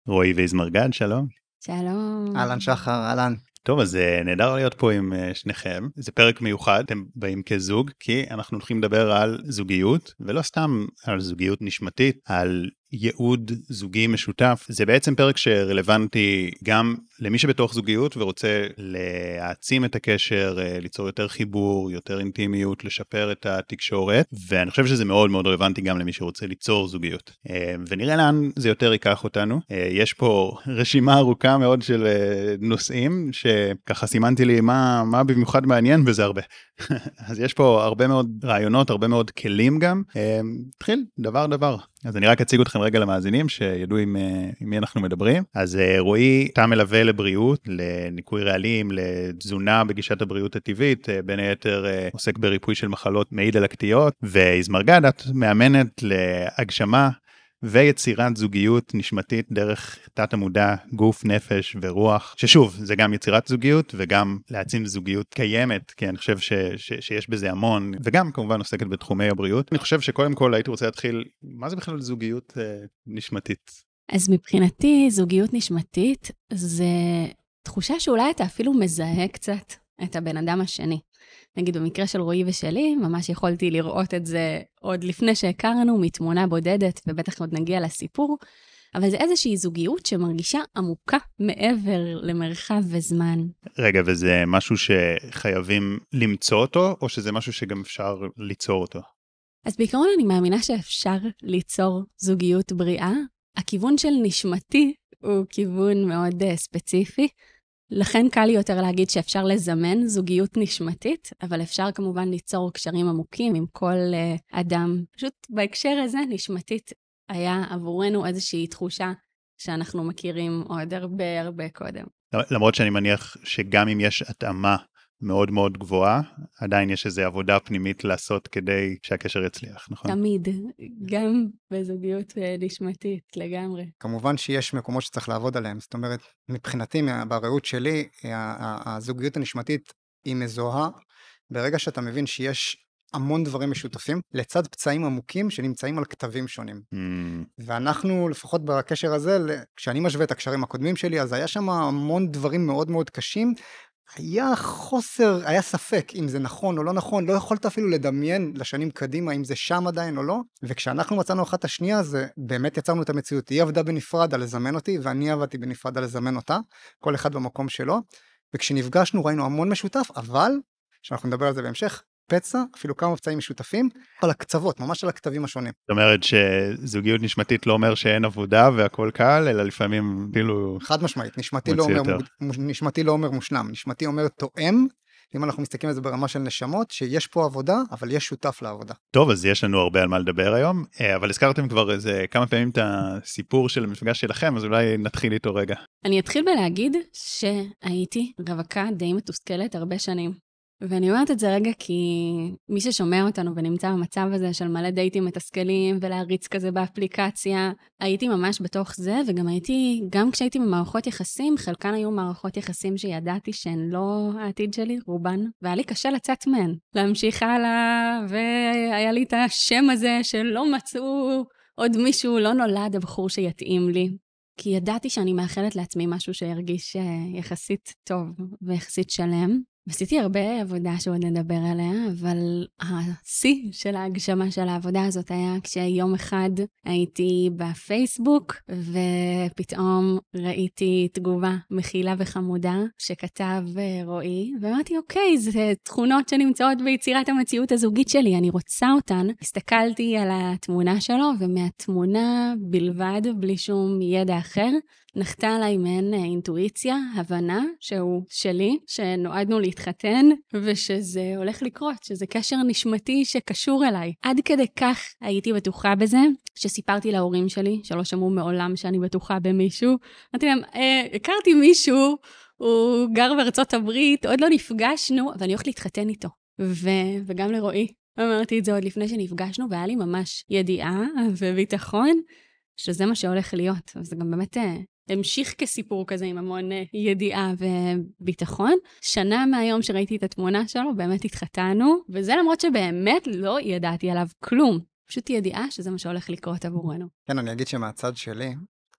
רועי ויזמרגד, שלום. שלום. אהלן שחר, אהלן. טוב, אז נהדר להיות פה עם שניכם. זה פרק מיוחד, אתם באים כזוג, כי אנחנו הולכים לדבר על זוגיות, ולא סתם על זוגיות נשמתית, על ייעוד זוגי משותף. זה בעצם פרק שרלוונטי גם למי שבתוך זוגיות ורוצה להעצים את הקשר, ליצור יותר חיבור, יותר אינטימיות, לשפר את התקשורת, ואני חושב שזה מאוד מאוד רלוונטי גם למי שרוצה ליצור זוגיות. ונראה לאן זה יותר ייקח אותנו. יש פה רשימה ארוכה מאוד של נושאים, שככה סימנתי לי מה במיוחד מעניין, וזה הרבה. אז יש פה הרבה מאוד רעיונות, הרבה מאוד כלים גם. תחיל, דבר. אז אני רק אציג אתכם רגע למאזינים, שידעו עם מי אנחנו מדברים. אז רועי, אתה מלווה לבריאות, לניקוי רעלים, לתזונה בגישת הבריאות הטבעית, בין היתר עוסק בריפוי של מחלות מעי דלקתיות, ויזמרגד, את מאמנת להגשמה, ויצירת זוגיות נשמתית דרך תת המודע, גוף, נפש ורוח, ששוב, זה גם יצירת זוגיות וגם להעצים זוגיות קיימת, כי אני חושב שיש בזה המון, וגם כמובן עוסקת בתחומי הבריאות. אני חושב שקודם כל הייתי רוצה להתחיל, מה זה בכלל זוגיות נשמתית? אז מבחינתי, זוגיות נשמתית זה תחושה שאולי אתה אפילו מזהה קצת את הבן אדם השני. נגיד במקרה של רועי ושלי, ממש יכולתי לראות את זה עוד לפני שהכרנו מתמונה בודדת, ובטח עוד נגיע לסיפור, אבל זה איזושהי זוגיות שמרגישה עמוקה מעבר למרחב וזמן. רגע, וזה משהו שחייבים למצוא אותו, או שזה משהו שגם אפשר ליצור אותו? אז בעיקרון אני מאמינה שאפשר ליצור זוגיות בריאה. הכיוון של נשמתי הוא כיוון מאוד ספציפי, לכן קל לי יותר להגיד שאפשר לזמן זוגיות נשמתית, אבל אפשר כמובן ליצור קשרים עמוקים עם כל אדם. פשוט בהקשר הזה נשמתית היה עבורנו איזושהי תחושה שאנחנו מכירים עוד הרבה קודם. למרות שאני מניח שגם אם יש התאמה מאוד מאוד גבוהה, עדיין יש איזו עבודה פנימית לעשות כדי שהקשר יצליח, נכון? תמיד, גם בזוגיות נשמתית לגמרי. כמובן שיש מקומות שצריך לעבוד עליהם, זאת אומרת, מבחינתי, בראות שלי, הזוגיות הנשמתית היא מזוהה, ברגע שאתה מבין שיש המון דברים משותפים, לצד פצעים עמוקים שנמצאים על כתבים שונים. ואנחנו, לפחות בקשר הזה, כשאני משווה את הקשרים הקודמים שלי, אז היה שם המון דברים מאוד מאוד קשים, היה חוסר, היה ספק אם זה נכון או לא נכון, לא יכולת אפילו לדמיין לשנים קדימה אם זה שם עדיין או לא, וכשאנחנו מצאנו אחת השנייה, זה באמת יצרנו את המציאות, היא עבדה בנפרד על לזמן אותי, ואני עבדתי בנפרד על לזמן אותה, כל אחד במקום שלו, וכשנפגשנו ראינו המון משותף, אבל, שאנחנו נדבר על זה בהמשך, פצע, אפילו כמה פצעים משותפים, על הקצוות, ממש על הכתבים השונים. זאת אומרת שזוגיות נשמתית לא אומר שאין עבודה והכל קל, אלא לפעמים אפילו... חד משמעית, נשמתי לא אומר מושלם, נשמתי אומר תואם, אם אנחנו מסתכלים על זה ברמה של נשמות, שיש פה עבודה, אבל יש שותף לעבודה. טוב, אז יש לנו הרבה על מה לדבר היום, אבל הזכרתם כבר איזה כמה פעמים את הסיפור של המפגש שלכם, אז אולי נתחיל איתו רגע. אני אתחיל בלהגיד שהייתי רווקה די מתוסכלת הרבה שנים. ואני אומרת את זה רגע כי מי ששומע אותנו ונמצא במצב הזה של מלא דייטים מתסכלים ולהריץ כזה באפליקציה, הייתי ממש בתוך זה, וגם גם כשהייתי במערכות יחסים, חלקן היו מערכות יחסים שידעתי שהן לא העתיד שלי, רובן, והיה לי קשה לצאת מהן, להמשיך הלאה, והיה לי את השם הזה שלא מצאו עוד מישהו, לא נולד הבחור שיתאים לי. כי ידעתי שאני מאחלת לעצמי משהו שירגיש יחסית טוב ויחסית שלם. ועשיתי הרבה עבודה שעוד נדבר עליה, אבל השיא של ההגשמה של העבודה הזאת היה כשיום אחד הייתי בפייסבוק, ופתאום ראיתי תגובה מכילה וחמודה שכתב רועי, ואמרתי, אוקיי, זה תכונות שנמצאות ביצירת המציאות הזוגית שלי, אני רוצה אותן. הסתכלתי על התמונה שלו, ומהתמונה בלבד, בלי שום ידע אחר, נחתה עליי מעין אינטואיציה, הבנה שהוא שלי, שנועדנו להתחתן, ושזה הולך לקרות, שזה קשר נשמתי שקשור אליי. עד כדי כך הייתי בטוחה בזה, שסיפרתי להורים שלי, שלא שמעו מעולם שאני בטוחה במישהו. אמרתי להם, הכרתי מישהו, הוא גר בארצות הברית, עוד לא נפגשנו, אבל אני הולכת להתחתן איתו. וגם לרועי. אמרתי את זה עוד לפני שנפגשנו, והיה לי ממש ידיעה וביטחון, שזה מה שהולך להיות. אז זה גם באמת המשיך כסיפור כזה עם המון ידיעה וביטחון. שנה מהיום שראיתי את התמונה שלו, באמת התחתנו, וזה למרות שבאמת לא ידעתי עליו כלום. פשוט ידיעה שזה מה שהולך לקרות עבורנו. כן, אני אגיד שמהצד שלי,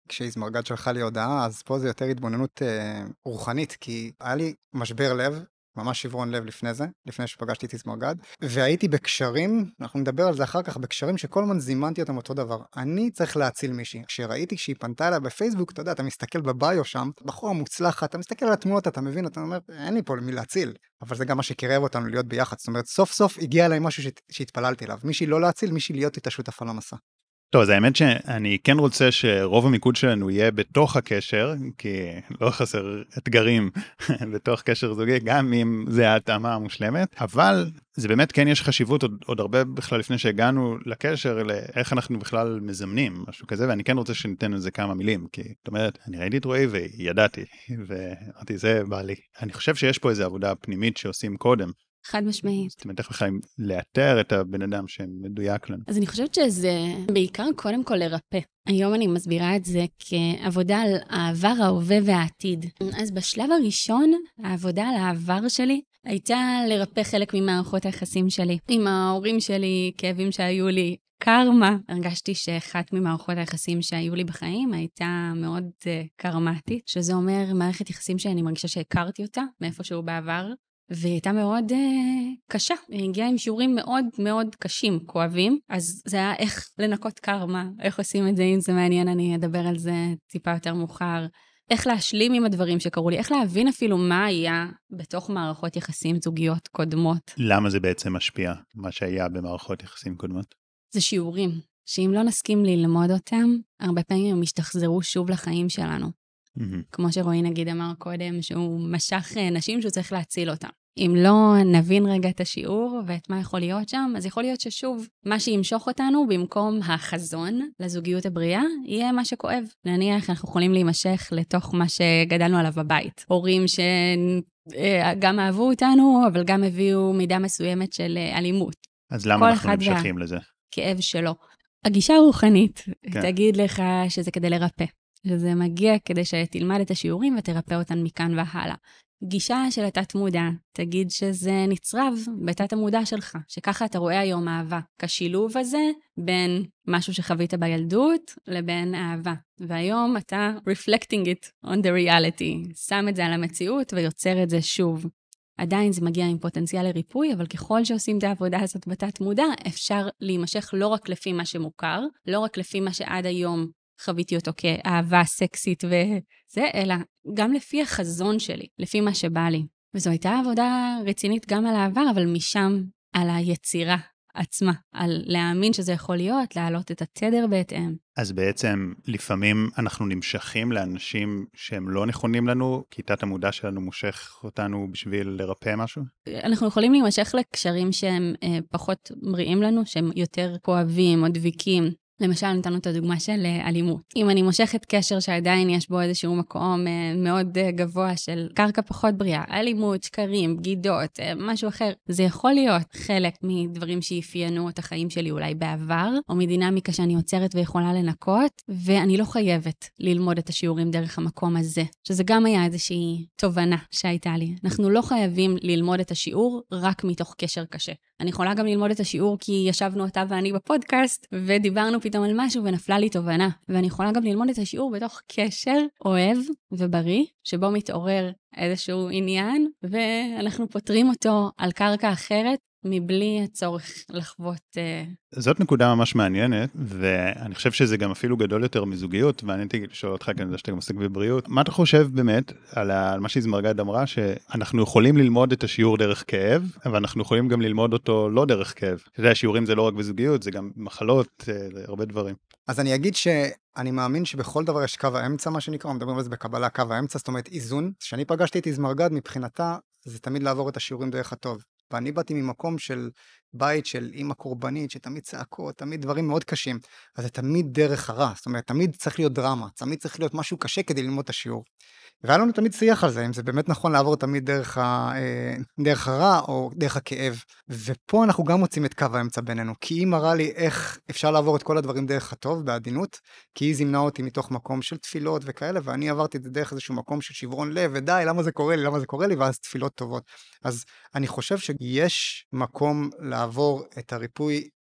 כשאיזמרגד שלחה לי הודעה, אז פה זה יותר התבוננות רוחנית, כי היה לי משבר לב, ממש שברון לב לפני זה, לפני שפגשתי את איזמרגד, והייתי בקשרים, אנחנו נדבר על זה אחר כך, בקשרים שכל הזמן זימנתי אותם אותו דבר. אני צריך להציל מישהי. כשראיתי שהיא פנתה אליי בפייסבוק, אתה יודע, אתה מסתכל בביו שם, בחורה מוצלחת, אתה מסתכל על התמונות, אתה מבין, אתה אומר, אין לי פה למי להציל. אבל זה גם מה שקרב אותנו להיות ביחד. זאת אומרת, סוף סוף הגיע אליי משהו שהתפללתי אליו. מישהי לא להציל, מישהי להיות איתה שותפה למסע. טוב, אז האמת שאני כן רוצה שרוב המיקוד שלנו יהיה בתוך הקשר, כי לא חסר אתגרים בתוך קשר זוגי, גם אם זה ההתאמה המושלמת, אבל זה באמת כן יש חשיבות עוד הרבה בכלל לפני שהגענו לקשר, לאיך אנחנו בכלל מזמנים, משהו כזה, ואני כן רוצה שניתן לזה כמה מילים, כי זאת אומרת, אני ראיתי את רועי וידעתי, ואמרתי, זה בא לי. אני חושב שיש פה איזו עבודה פנימית שעושים קודם, חד משמעית. זאת אומרת, איך בכלל לאתר את הבן אדם שמדויק לנו. אז אני חושבת שזה בעיקר קודם כל לרפא. היום אני מסבירה את זה כעבודה על העבר, ההווה והעתיד. אז בשלב הראשון, העבודה על העבר שלי הייתה לרפא חלק ממערכות היחסים שלי. עם ההורים שלי, כאבים שהיו לי, קרמה. הרגשתי שאחת ממערכות היחסים שהיו לי בחיים הייתה מאוד קרמטית, שזה אומר מערכת יחסים שאני מרגישה שהכרתי אותה מאיפשהו בעבר. והיא הייתה מאוד קשה, היא הגיעה עם שיעורים מאוד מאוד קשים, כואבים, אז זה היה איך לנקות קרמה, איך עושים את זה, אם זה מעניין, אני אדבר על זה טיפה יותר מאוחר, איך להשלים עם הדברים שקרו לי, איך להבין אפילו מה היה בתוך מערכות יחסים זוגיות קודמות. למה זה בעצם משפיע, מה שהיה במערכות יחסים קודמות? זה שיעורים, שאם לא נסכים ללמוד אותם, הרבה פעמים הם ישתחזרו שוב לחיים שלנו. כמו שרועי נגיד אמר קודם, שהוא משך נשים שהוא צריך להציל אותם. אם לא נבין רגע את השיעור ואת מה יכול להיות שם, אז יכול להיות ששוב, מה שימשוך אותנו במקום החזון לזוגיות הבריאה, יהיה מה שכואב. נניח אנחנו יכולים להימשך לתוך מה שגדלנו עליו בבית. הורים שגם אהבו אותנו, אבל גם הביאו מידה מסוימת של אלימות. אז למה אנחנו נמשכים לזה? כאב שלו. הגישה הרוחנית תגיד לך שזה כדי לרפא. שזה מגיע כדי שתלמד את השיעורים ותרפא אותן מכאן והלאה. גישה של התת מודע, תגיד שזה נצרב בתת המודע שלך, שככה אתה רואה היום אהבה, כשילוב הזה בין משהו שחווית בילדות לבין אהבה. והיום אתה reflecting it on the reality, שם את זה על המציאות ויוצר את זה שוב. עדיין זה מגיע עם פוטנציאל לריפוי, אבל ככל שעושים את העבודה הזאת בתת מודע, אפשר להימשך לא רק לפי מה שמוכר, לא רק לפי מה שעד היום חוויתי אותו כאהבה סקסית וזה, אלא גם לפי החזון שלי, לפי מה שבא לי. וזו הייתה עבודה רצינית גם על העבר, אבל משם על היצירה עצמה, על להאמין שזה יכול להיות, להעלות את התדר בהתאם. אז בעצם לפעמים אנחנו נמשכים לאנשים שהם לא נכונים לנו, כי תת המודע שלנו מושך אותנו בשביל לרפא משהו? אנחנו יכולים להימשך לקשרים שהם פחות בריאים לנו, שהם יותר כואבים או דביקים. למשל, נתנו את הדוגמה של אלימות. אם אני מושכת קשר שעדיין יש בו איזשהו מקום מאוד גבוה של קרקע פחות בריאה, אלימות, שקרים, בגידות, משהו אחר, זה יכול להיות חלק מדברים שאפיינו את החיים שלי אולי בעבר, או מדינמיקה שאני יוצרת ויכולה לנקות, ואני לא חייבת ללמוד את השיעורים דרך המקום הזה, שזה גם היה איזושהי תובנה שהייתה לי. אנחנו לא חייבים ללמוד את השיעור רק מתוך קשר קשה. אני יכולה גם ללמוד את השיעור כי ישבנו אותה ואני בפודקאסט, ודיברנו פתאום על משהו ונפלה לי תובנה. ואני יכולה גם ללמוד את השיעור בתוך קשר אוהב ובריא, שבו מתעורר איזשהו עניין, ואנחנו פותרים אותו על קרקע אחרת, מבלי הצורך לחוות. זאת נקודה ממש מעניינת, ואני חושב שזה גם אפילו גדול יותר מזוגיות, ואני הייתי לשאול אותך כאן, שאתה גם עוסק בבריאות. מה אתה חושב באמת על מה שאיזמרגד אמרה, שאנחנו יכולים ללמוד את השיעור דרך כאב, אבל אנחנו יכולים גם ללמוד אותו לא דרך כאב. אתה יודע, שיעורים זה לא רק בזוגיות, זה גם מחלות, זה הרבה דברים. אז אני אגיד שאני מאמין שבכל דבר יש קו האמצע, מה שנקרא, מדברים על זה בקבלה, קו האמצע, זאת אומרת איזון. כשאני פגשתי את איזמרגד, מבחינתה, זה תמיד לעבור את השיעורים דרך הטוב. ואני באתי ממקום של בית של אמא קורבנית, שתמיד צעקות, תמיד דברים מאוד קשים. אז זה תמיד דרך הרע, זאת אומרת, תמיד צריך להיות דרמה, תמיד צריך להיות משהו קשה כדי ללמוד את השיעור. והיה לנו תמיד שיח על זה, אם זה באמת נכון לעבור תמיד דרך הרע או דרך הכאב. ופה אנחנו גם מוצאים את קו האמצע בינינו, כי היא מראה לי איך אפשר לעבור את כל הדברים דרך הטוב, בעדינות, כי היא זימנה אותי מתוך מקום של תפילות וכאלה, ואני עברתי את זה דרך איזשהו מקום של שברון לב, ודי, למה זה קורה לי, ואז תפילות טובות. אז אני חושב שיש מקום לעבור את הריפוי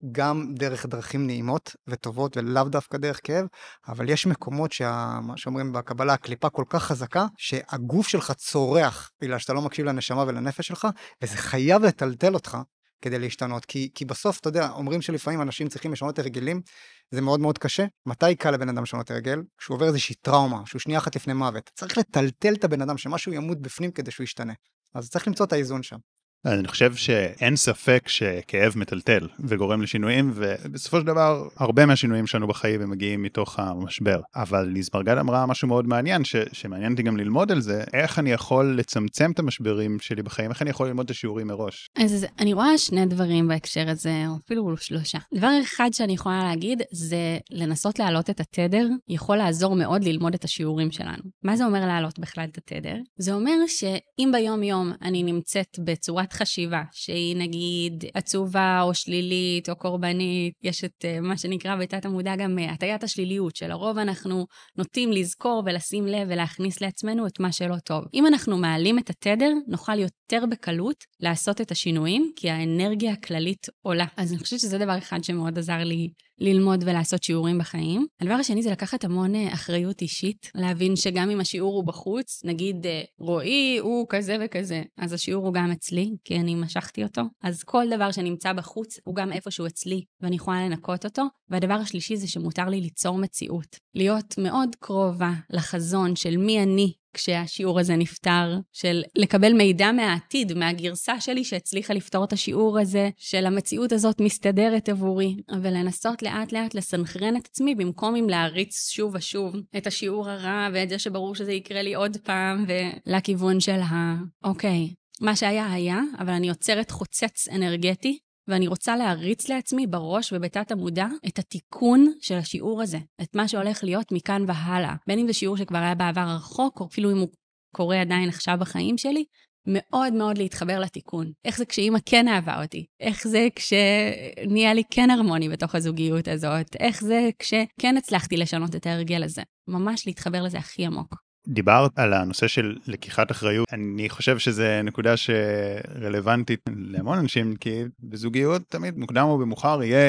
גם דרך דרכים נעימות וטובות, ולאו דווקא דרך כאב, אבל יש מקומות מה שאומרים בקבלה, הקליפה כל כך חזקה, שהגוף שלך צורח, בגלל שאתה לא מקשיב לנשמה ולנפש שלך, וזה חייב לטלטל אותך כדי להשתנות, כי בסוף, אתה יודע, אומרים שלפעמים אנשים צריכים לשנות הרגלים, זה מאוד מאוד קשה. מתי קל לבן אדם לשנות הרגל? כשהוא עובר איזושהי טראומה, שהוא שנייה אחת לפני מוות. צריך לטלטל את הבן אדם, שמשהו ימות בפנים כדי שהוא ישתנה. אז צריך למצוא את האיזון שם. אני חושב שאין ספק שכאב מטלטל וגורם לשינויים, ובסופו של דבר, הרבה מהשינויים שלנו בחיים הם מגיעים מתוך המשבר. אבל ליזמרגד אמרה משהו מאוד מעניין, שמעניין אותי גם ללמוד על זה, איך אני יכול לצמצם את המשברים שלי בחיים, איך אני יכול ללמוד את השיעורים מראש. אז אני רואה שני דברים בהקשר הזה, או אפילו שלושה. דבר אחד שאני יכולה להגיד, זה לנסות להעלות את התדר, יכול לעזור מאוד ללמוד את השיעורים שלנו. מה זה אומר להעלות בכלל את התדר? זה אומר שאם ביום יום אני נמצאת בצורת חשיבה, שהיא נגיד עצובה או שלילית או קורבנית, יש את מה שנקרא בתת המודע גם הטיית השליליות, שלרוב אנחנו נוטים לזכור ולשים לב ולהכניס לעצמנו את מה שלא טוב. אם אנחנו מעלים את התדר, נוכל יותר בקלות לעשות את השינויים, כי האנרגיה הכללית עולה. אז אני חושבת שזה דבר אחד שמאוד עזר לי ללמוד ולעשות שיעורים בחיים. הדבר השני זה לקחת המון אחריות אישית, להבין שגם אם השיעור הוא בחוץ, נגיד רועי הוא כזה וכזה, אז השיעור הוא גם אצלי, כי אני משכתי אותו. אז כל דבר שנמצא בחוץ הוא גם איפשהו אצלי, ואני יכולה לנקות אותו. והדבר השלישי זה שמותר לי ליצור מציאות, להיות מאוד קרובה לחזון של מי אני, כשהשיעור הזה נפטר, של לקבל מידע מהעתיד, מהגרסה שלי שהצליחה לפתור את השיעור הזה, של המציאות הזאת מסתדרת עבורי, ולנסות לאט לאט לסנכרן את עצמי, במקום אם להריץ שוב ושוב את השיעור הרע, ואת זה שברור שזה יקרה לי עוד פעם, ולכיוון של אוקיי, מה שהיה היה, אבל אני יוצרת חוצץ אנרגטי, ואני רוצה להריץ לעצמי בראש ובתת המודע את התיקון של השיעור הזה, את מה שהולך להיות מכאן והלאה. בין אם זה שיעור שכבר היה בעבר הרחוק, או אפילו אם הוא קורה עדיין עכשיו בחיים שלי, מאוד מאוד להתחבר לתיקון. איך זה כשאמא כן אהבה אותי? איך זה כשנהיה לי כן הרמוני בתוך הזוגיות הזאת? איך זה כשכן הצלחתי לשנות את ההרגל הזה? ממש להתחבר לזה הכי עמוק. דיברת על הנושא של לקיחת אחריות. אני חושב שזה נקודה שרלוונטית להמון אנשים, כי בזוגיות תמיד מוקדם או במאוחר יהיה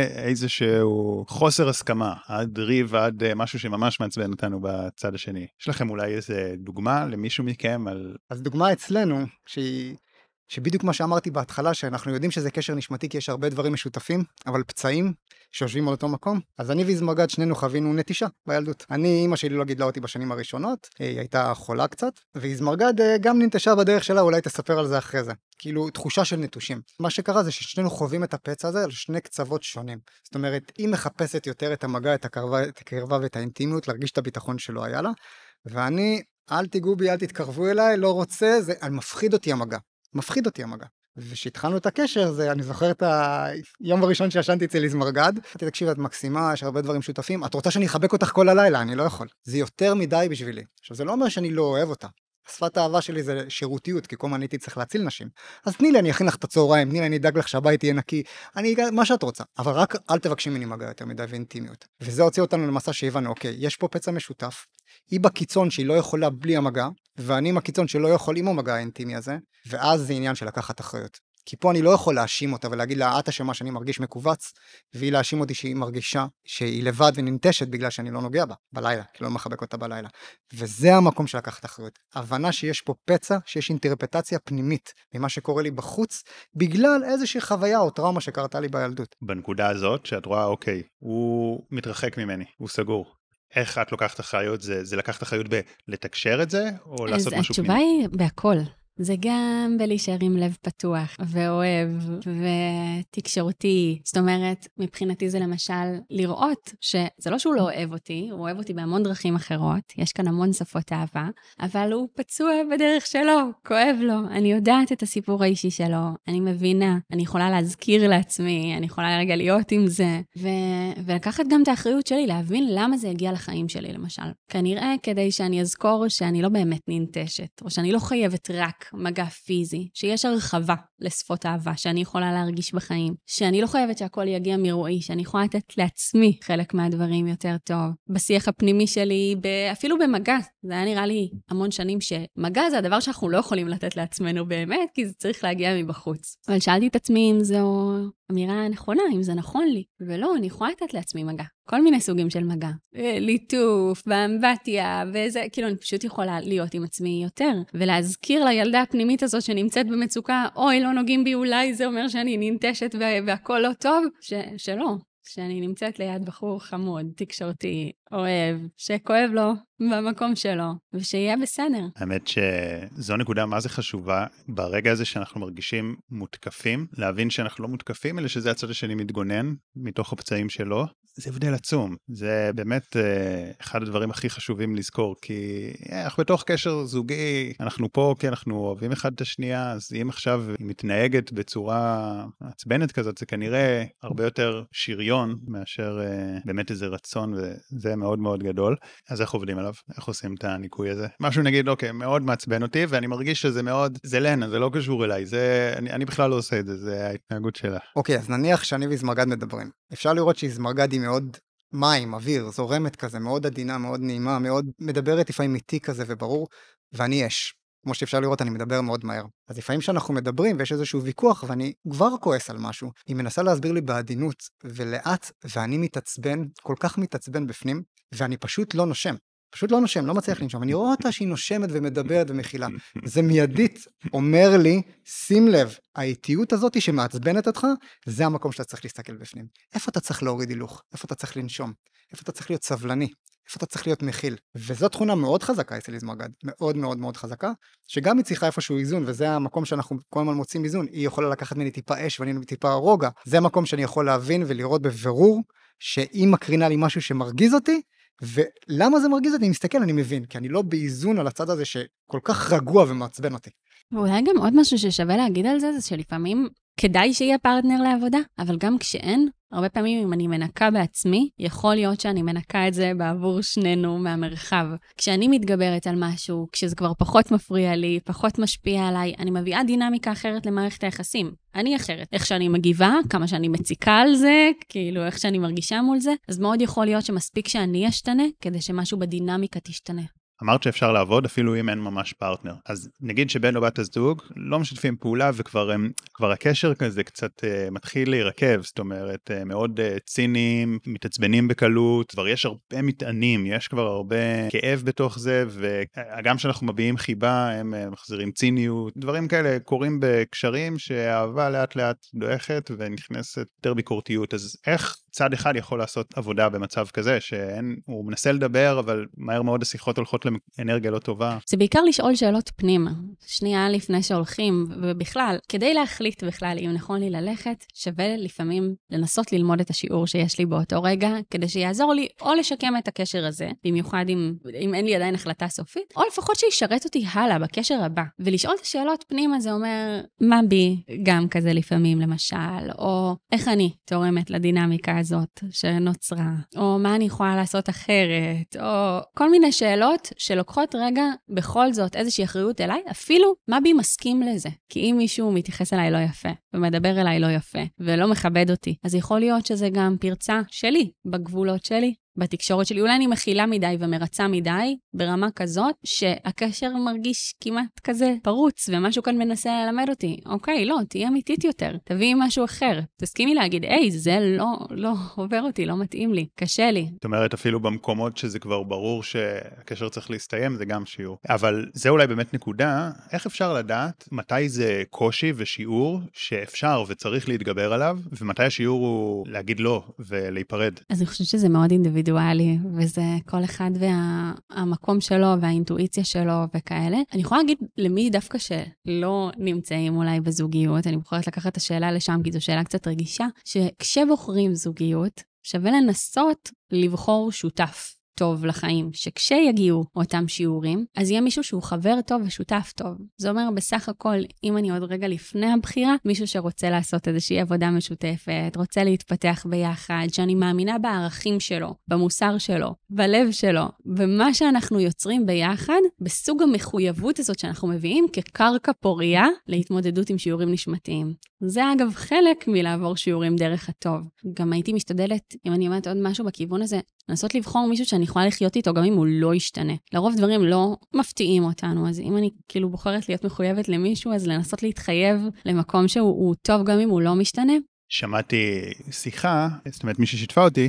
איזשהו חוסר הסכמה, עד ריב, עד משהו שממש מעצבן אותנו בצד השני. יש לכם אולי איזה דוגמה למישהו מכם על... אז דוגמה אצלנו, שבדיוק מה שאמרתי בהתחלה, שאנחנו יודעים שזה קשר נשמתי, כי יש הרבה דברים משותפים, אבל פצעים שיושבים על אותו מקום. אז אני ויזמרגד שנינו חווינו נטישה בילדות. אמא שלי לא גידלה אותי בשנים הראשונות, היא הייתה חולה קצת, ויזמרגד גם ננטשה בדרך שלה, אולי תספר על זה אחרי זה. כאילו תחושה של נטושים. מה שקרה זה ששנינו חווים את הפצע הזה על שני קצוות שונים. זאת אומרת, היא מחפשת יותר את המגע, את הקרבה ואת האינטימיות, להרגיש את הביטחון שלא היה לה, ואני, אל תיגעו בי, אל תתקרבו אליי, לא רוצה, זה מפחיד אותי המגע. מפחיד אותי המגע. ושהתחלנו את הקשר, אני זוכר את היום הראשון שישנתי אצל יזמרגד, תקשיב, את מקסימה, יש הרבה דברים שותפים, את רוצה שאני אחבק אותך כל הלילה? אני לא יכול. זה יותר מדי בשבילי. עכשיו, זה לא אומר שאני לא אוהב אותה. שפת האהבה שלי זה שירותיות, כי כל מה הייתי צריך להציל נשים. אז תני לי, אני אכין לך את הצהריים, תני לי, אני אדאג לך שהבית יהיה נקי, מה שאת רוצה. אבל רק אל תבקשי ממני מגע יותר מדי ואינטימיות. וזה הוציא אותנו למסע שהבנו, אוקיי, יש פה פצע משותף, היא בקיצון שהיא לא יכולה בלי המגע, ואני עם הקיצון שלא יכול עם המגע האינטימי הזה, ואז זה עניין של לקחת אחריות. כי פה אני לא יכול להאשים אותה ולהגיד לה, את אשמה שאני מרגיש מקובץ, והיא להאשים אותי שהיא מרגישה שהיא לבד וננטשת בגלל שאני לא נוגע בה, בלילה, כי לא מחבק אותה בלילה. וזה המקום של לקחת אחריות. הבנה שיש פה פצע, שיש אינטרפטציה פנימית ממה שקורה לי בחוץ, בגלל איזושהי חוויה או טראומה שקרתה לי בילדות. בנקודה הזאת, שאת רואה, אוקיי, הוא מתרחק ממני, הוא סגור. איך את לוקחת אחריות? זה לקחת אחריות בלתקשר את זה, או לעשות משהו פנימי? אז התשובה היא בהכל. זה גם בלהישאר עם לב פתוח ואוהב ותקשורתי. זאת אומרת, מבחינתי זה למשל לראות שזה לא שהוא לא אוהב אותי, הוא אוהב אותי בהמון דרכים אחרות, יש כאן המון שפות אהבה, אבל הוא פצוע בדרך שלו, כואב לו, אני יודעת את הסיפור האישי שלו, אני מבינה, אני יכולה להזכיר לעצמי, אני יכולה רגע להיות עם זה, ולקחת גם את האחריות שלי, להבין למה זה הגיע לחיים שלי למשל. כנראה כדי שאני אזכור שאני לא באמת ננטשת, או שאני לא חייבת רק מגע פיזי, שיש הרחבה לשפות אהבה, שאני יכולה להרגיש בחיים, שאני לא חייבת שהכל יגיע מרועי, שאני יכולה לתת לעצמי חלק מהדברים יותר טוב. בשיח הפנימי שלי, אפילו במגע, זה היה נראה לי המון שנים שמגע זה הדבר שאנחנו לא יכולים לתת לעצמנו באמת, כי זה צריך להגיע מבחוץ. אבל שאלתי את עצמי אם זו אמירה נכונה, אם זה נכון לי, ולא, אני יכולה לתת לעצמי מגע. כל מיני סוגים של מגע. ליטוף, באמבטיה, וזה, כאילו אני פשוט יכולה להיות עם עצמי יותר, ולהזכיר לילדה הפנימית הזאת שנמצאת במצוקה, אוי, לא נוגעים בי, אולי זה אומר שאני ננטשת והכל לא טוב, שלא. שאני נמצאת ליד בחור חמוד, תקשורתי, אוהב, שכואב לו במקום שלו, ושיהיה בסדר. האמת שזו נקודה מה זה חשובה, ברגע הזה שאנחנו מרגישים מותקפים, להבין שאנחנו לא מותקפים, אלא שזה הצד השני מתגונן, מתוך הפצעים שלו, זה הבדל עצום. זה באמת אחד הדברים הכי חשובים לזכור, כי אנחנו בתוך קשר זוגי, אנחנו פה כי אנחנו אוהבים אחד את השנייה, אז אם עכשיו היא מתנהגת בצורה עצבנת כזאת, זה כנראה הרבה יותר שריון, מאשר באמת איזה רצון, וזה מאוד מאוד גדול. אז איך עובדים עליו? איך עושים את הניקוי הזה? משהו נגיד, אוקיי, מאוד מעצבן אותי, ואני מרגיש שזה מאוד, זה לנה, זה לא קשור אליי, אני בכלל לא עושה את זה, זה ההתנהגות שלה. אוקיי, אז נניח שאני ויזמרגד מדברים. אפשר לראות שיזמרגד היא מאוד מים, אוויר, זורמת כזה, מאוד עדינה, מאוד נעימה, מאוד מדברת לפעמים איתי כזה וברור, ואני אש. כמו שאפשר לראות, אני מדבר מאוד מהר. אז לפעמים שאנחנו מדברים ויש איזשהו ויכוח ואני כבר כועס על משהו, היא מנסה להסביר לי בעדינות ולאט, ואני מתעצבן, כל כך מתעצבן בפנים, ואני פשוט לא נושם. פשוט לא נושם, לא מצליח לנשום. אני רואה אותה שהיא נושמת ומדברת ומכילה. זה מיידית אומר לי, שים לב, האיטיות הזאת שמעצבנת אותך, זה המקום שאתה צריך להסתכל בפנים. איפה אתה צריך להוריד הילוך? איפה אתה צריך לנשום? איפה אתה צריך להיות סבלני? איפה אתה צריך להיות מכיל? וזו תכונה מאוד חזקה אצל יזמרגד, מאוד מאוד מאוד חזקה, שגם היא צריכה איפשהו איזון, וזה המקום שאנחנו כל הזמן מוצאים איזון. היא יכולה לקחת ממני טיפה אש ואני טיפה רוגע. זה המקום שאני יכול להבין ולראות בבירור, שהיא מקרינה לי משהו שמרגיז אותי, ולמה זה מרגיז אותי? אני מסתכל, אני מבין, כי אני לא באיזון על הצד הזה שכל כך רגוע ומעצבן אותי. ואולי גם עוד משהו ששווה להגיד על זה, זה שלפעמים כדאי שיהיה פרטנר לעבודה, אבל גם כשאין, הרבה פעמים אם אני מנקה בעצמי, יכול להיות שאני מנקה את זה בעבור שנינו מהמרחב. כשאני מתגברת על משהו, כשזה כבר פחות מפריע לי, פחות משפיע עליי, אני מביאה דינמיקה אחרת למערכת היחסים. אני אחרת. איך שאני מגיבה, כמה שאני מציקה על זה, כאילו איך שאני מרגישה מול זה, אז מאוד יכול להיות שמספיק שאני אשתנה, כדי שמשהו בדינמיקה תשתנה. אמרת שאפשר לעבוד אפילו אם אין ממש פרטנר. אז נגיד שבן או בת הזוג לא משתפים פעולה וכבר הקשר כזה קצת מתחיל להירקב, זאת אומרת מאוד ציניים, מתעצבנים בקלות, כבר יש הרבה מטענים, יש כבר הרבה כאב בתוך זה, וגם שאנחנו מביעים חיבה הם מחזירים ציניות, דברים כאלה קורים בקשרים שהאהבה לאט לאט דועכת ונכנסת יותר ביקורתיות. אז איך צד אחד יכול לעשות עבודה במצב כזה שהוא מנסה לדבר אבל מהר מאוד השיחות הולכות לאנרגיה לא טובה? זה בעיקר לשאול שאלות פנימה, שנייה לפני שהולכים, ובכלל, כדי להחליט בכלל אם נכון לי ללכת, שווה לפעמים לנסות ללמוד את השיעור שיש לי באותו רגע, כדי שיעזור לי או לשקם את הקשר הזה, במיוחד אם אין לי עדיין החלטה סופית, או לפחות שישרת אותי הלאה בקשר הבא. ולשאול את השאלות פנימה זה אומר, מה בי גם כזה לפעמים למשל, או איך אני תורמת לדינמיקה הזאת שנוצרה, או מה אני יכולה לעשות אחרת, או כל מיני שאלות שלוקחות רגע בכל זאת איזושהי אחריות אליי, אפילו מה בי מסכים לזה. כי אם מישהו מתייחס אליי לא יפה, ומדבר אליי לא יפה, ולא מכבד אותי, אז יכול להיות שזה גם פרצה שלי, בגבולות שלי, בתקשורת שלי. אולי אני מכילה מדי ומרצה מדי, ברמה כזאת, שהקשר מרגיש כמעט כזה פרוץ, ומשהו כאן מנסה ללמד אותי. אוקיי, לא, תהיה אמיתית יותר, תביאי משהו אחר. תסכימי להגיד, זה לא עובר אותי, לא מתאים לי, קשה לי. זאת אומרת, אפילו במקומות שזה כבר ברור שהקשר צריך להסתיים, זה גם שיעור. אבל זה אולי באמת נקודה, איך אפשר לדעת מתי זה קושי ושיעור שאפשר וצריך להתגבר עליו, ומתי השיעור הוא להגיד לא ולהיפרד? אז אני חושבת שזה מאוד אינדיבידואלי, וזה כל אחד והמקום שלו והאינטואיציה שלו וכאלה. אני יכולה להגיד למי דווקא שלא נמצאים אולי בזוגיות, אני בוחרת לקחת את השאלה לשם, כי זו שאלה קצת רגישה, שכשבוחרים זוגיות, שווה לנסות לבחור שותף. טוב לחיים, שכשיגיעו אותם שיעורים, אז יהיה מישהו שהוא חבר טוב ושותף טוב. זה אומר בסך הכל, אם אני עוד רגע לפני הבחירה, מישהו שרוצה לעשות איזושהי עבודה משותפת, רוצה להתפתח ביחד, שאני מאמינה בערכים שלו, במוסר שלו, בלב שלו, ומה שאנחנו יוצרים ביחד, בסוג המחויבות הזאת שאנחנו מביאים כקרקע פוריה להתמודדות עם שיעורים נשמתיים. זה אגב חלק מלעבור שיעורים דרך הטוב. גם הייתי משתדלת, אם אני אומרת עוד משהו בכיוון הזה, לנסות לבחור מישהו שאני יכולה לחיות איתו גם אם הוא לא ישתנה. לרוב דברים לא מפתיעים אותנו, אז אם אני כאילו בוחרת להיות מחויבת למישהו, אז לנסות להתחייב למקום שהוא טוב גם אם הוא לא משתנה. שמעתי שיחה, זאת אומרת מישהי שיתפה אותי,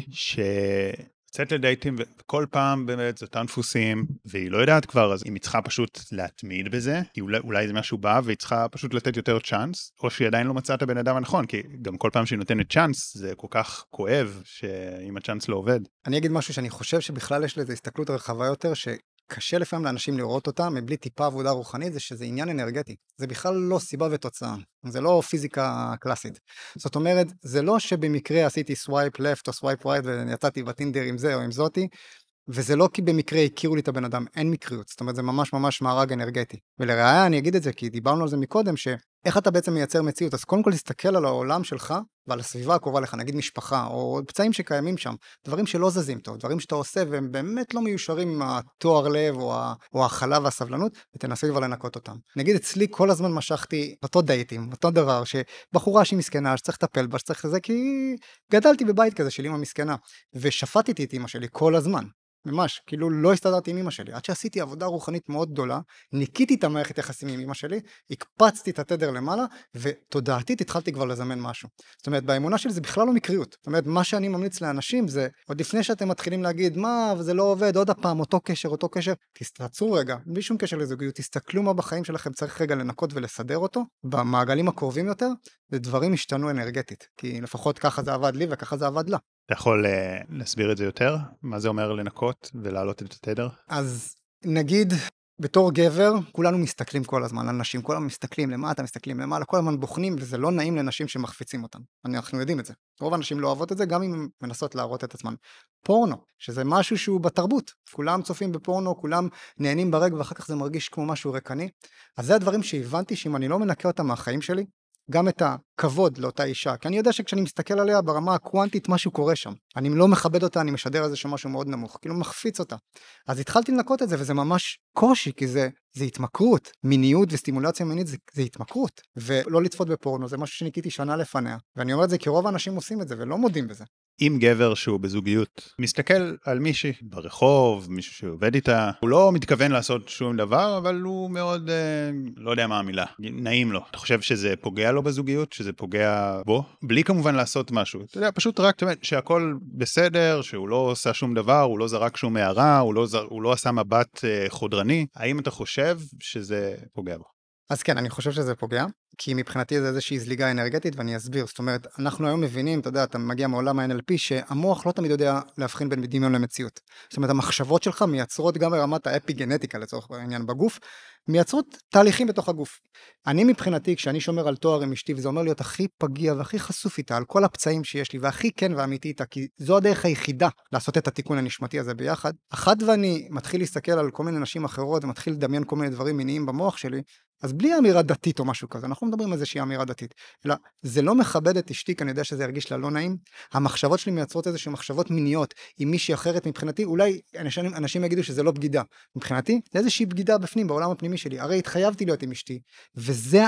יוצאת לדייטים וכל פעם באמת זה אותם דפוסים, והיא לא יודעת כבר, אז היא צריכה פשוט להתמיד בזה, כי אולי זה משהו בא, והיא צריכה פשוט לתת יותר צ'אנס, או שהיא עדיין לא מצאה את הבן אדם הנכון, כי גם כל פעם שהיא נותנת צ'אנס, זה כל כך כואב, שאם הצ'אנס לא עובד. אני אגיד משהו שאני חושב שבכלל יש לזה הסתכלות רחבה יותר, שקשה לפעמים לאנשים לראות אותה, מבלי טיפה עבודה רוחנית, זה שזה עניין אנרגטי. זה בכלל לא סיבה ותוצאה. זה לא פיזיקה קלאסית. זאת אומרת, זה לא שבמקרה עשיתי סווייפ לפט או סווייפ רייט ויצאתי בטינדר עם זה או עם זאתי, וזה לא כי במקרה הכירו לי את הבן אדם, אין מקריות. זאת אומרת, זה ממש ממש מארג אנרגטי. ולראיה אני אגיד את זה, כי דיברנו על זה מקודם, שאיך אתה בעצם מייצר מציאות. אז קודם כל תסתכל על העולם שלך ועל הסביבה הקרובה לך, נגיד משפחה, או פצעים שקיימים שם, דברים שלא זזים טוב, דברים שאתה עושה והם באמת לא מיושרים עם התואר לב או ההכלה והסבלנות, ותנסה כבר לנקות אותם. נגיד אצלי כל הזמן משכתי אותו דייטים, אותו דבר, שבחורה שהיא מסכנה, שצריך לטפל בה, שצריך לזה, כי גדלתי בבית כזה של אמא מסכנה, ושפטתי את אמא שלי כל הזמן. ממש, כאילו לא הסתדרתי עם אמא שלי, עד שעשיתי עבודה רוחנית מאוד גדולה, ניקיתי את המערכת יחסים עם אמא שלי, הקפצתי את התדר למעלה, ותודעתית התחלתי כבר לזמן משהו. זאת אומרת, באמונה שלי זה בכלל לא מקריות. זאת אומרת, מה שאני ממליץ לאנשים זה, עוד לפני שאתם מתחילים להגיד, מה, וזה לא עובד, עוד הפעם, אותו קשר, תעצרו רגע, בלי שום קשר לזוגיות, תסתכלו מה בחיים שלכם צריך רגע לנקות ולסדר אותו, במעגלים הקרובים יותר, ודברים השתנו אנרגטית, כי לפחות ככה זה עבד לי וככה זה עבד לה. אתה יכול להסביר את זה יותר? מה זה אומר לנקות ולהעלות את התדר? אז נגיד, בתור גבר, כולנו מסתכלים כל הזמן על נשים, כולנו מסתכלים למטה, מסתכלים למעלה, כל הזמן בוחנים, וזה לא נעים לנשים שמחפיצים אותן. אנחנו יודעים את זה. רוב האנשים לא אוהבות את זה, גם אם הן מנסות להראות את עצמן. פורנו, שזה משהו שהוא בתרבות. כולם צופים בפורנו, כולם נהנים ברגע, ואחר כך זה מרגיש כמו משהו ריקני. אז זה הדברים שהבנתי שאם אני לא מנקה אותם מהחיים שלי, גם את הכבוד לאותה אישה, כי אני יודע שכשאני מסתכל עליה ברמה הקוונטית משהו קורה שם, אני לא מכבד אותה, אני משדר על זה שמשהו מאוד נמוך, כאילו מחפיץ אותה, אז התחלתי לנקות את זה וזה ממש קושי, כי זה התמכרות, מיניות וסטימולציה מינית זה התמכרות, ולא לצפות בפורנו, זה משהו שניקיתי שנה לפניה, ואני אומר את זה כי רוב האנשים עושים את זה ולא מודים בזה. אם גבר שהוא בזוגיות מסתכל על מישהי ברחוב, מישהו שעובד איתה, הוא לא מתכוון לעשות שום דבר, אבל הוא מאוד, לא יודע מה המילה, נעים לו. אתה חושב שזה פוגע לו בזוגיות, שזה פוגע בו? בלי כמובן לעשות משהו. אתה יודע, פשוט רק שהכל בסדר, שהוא לא עושה שום דבר, הוא לא זרק שום הערה, הוא לא עשה מבט חודרני. האם אתה חושב שזה פוגע בו? אז כן, אני חושב שזה פוגע, כי מבחינתי זה איזושהי זליגה אנרגטית, ואני אסביר. זאת אומרת, אנחנו היום מבינים, אתה יודע, אתה מגיע מעולם ה-NLP, שהמוח לא תמיד יודע להבחין בין דמיון למציאות. זאת אומרת, המחשבות שלך מייצרות גם ברמת האפיגנטיקה, לצורך העניין בגוף, מייצרות תהליכים בתוך הגוף. אני מבחינתי, כשאני שומר על תואר עם אשתי, וזה אומר להיות הכי פגיע והכי חשוף איתה, על כל הפצעים שיש לי, והכי כן ואמיתי איתה, כי זו הדרך היחידה לעשות את התיקון הנשמתי הזה ביחד. אחד ואני מתחיל להסתכל על כל מיני נשים אחרות, ומתחיל לדמיין כל מיני דברים מיניים במוח שלי, אז בלי אמירה דתית או משהו כזה, אנחנו מדברים על איזושהי אמירה דתית, אלא זה לא מכבד את אשתי, כי אני יודע שזה ירגיש לה לא נעים, המחשבות שלי מייצרות איזושהי מחשבות מיניות עם מישהי אחרת מבחינתי, אולי אנשים יגידו שזה לא בגידה, מבחינתי זה איזושהי בגידה בפנים, בעולם הפנימי שלי, הרי התחייבתי להיות עם אשתי, וזה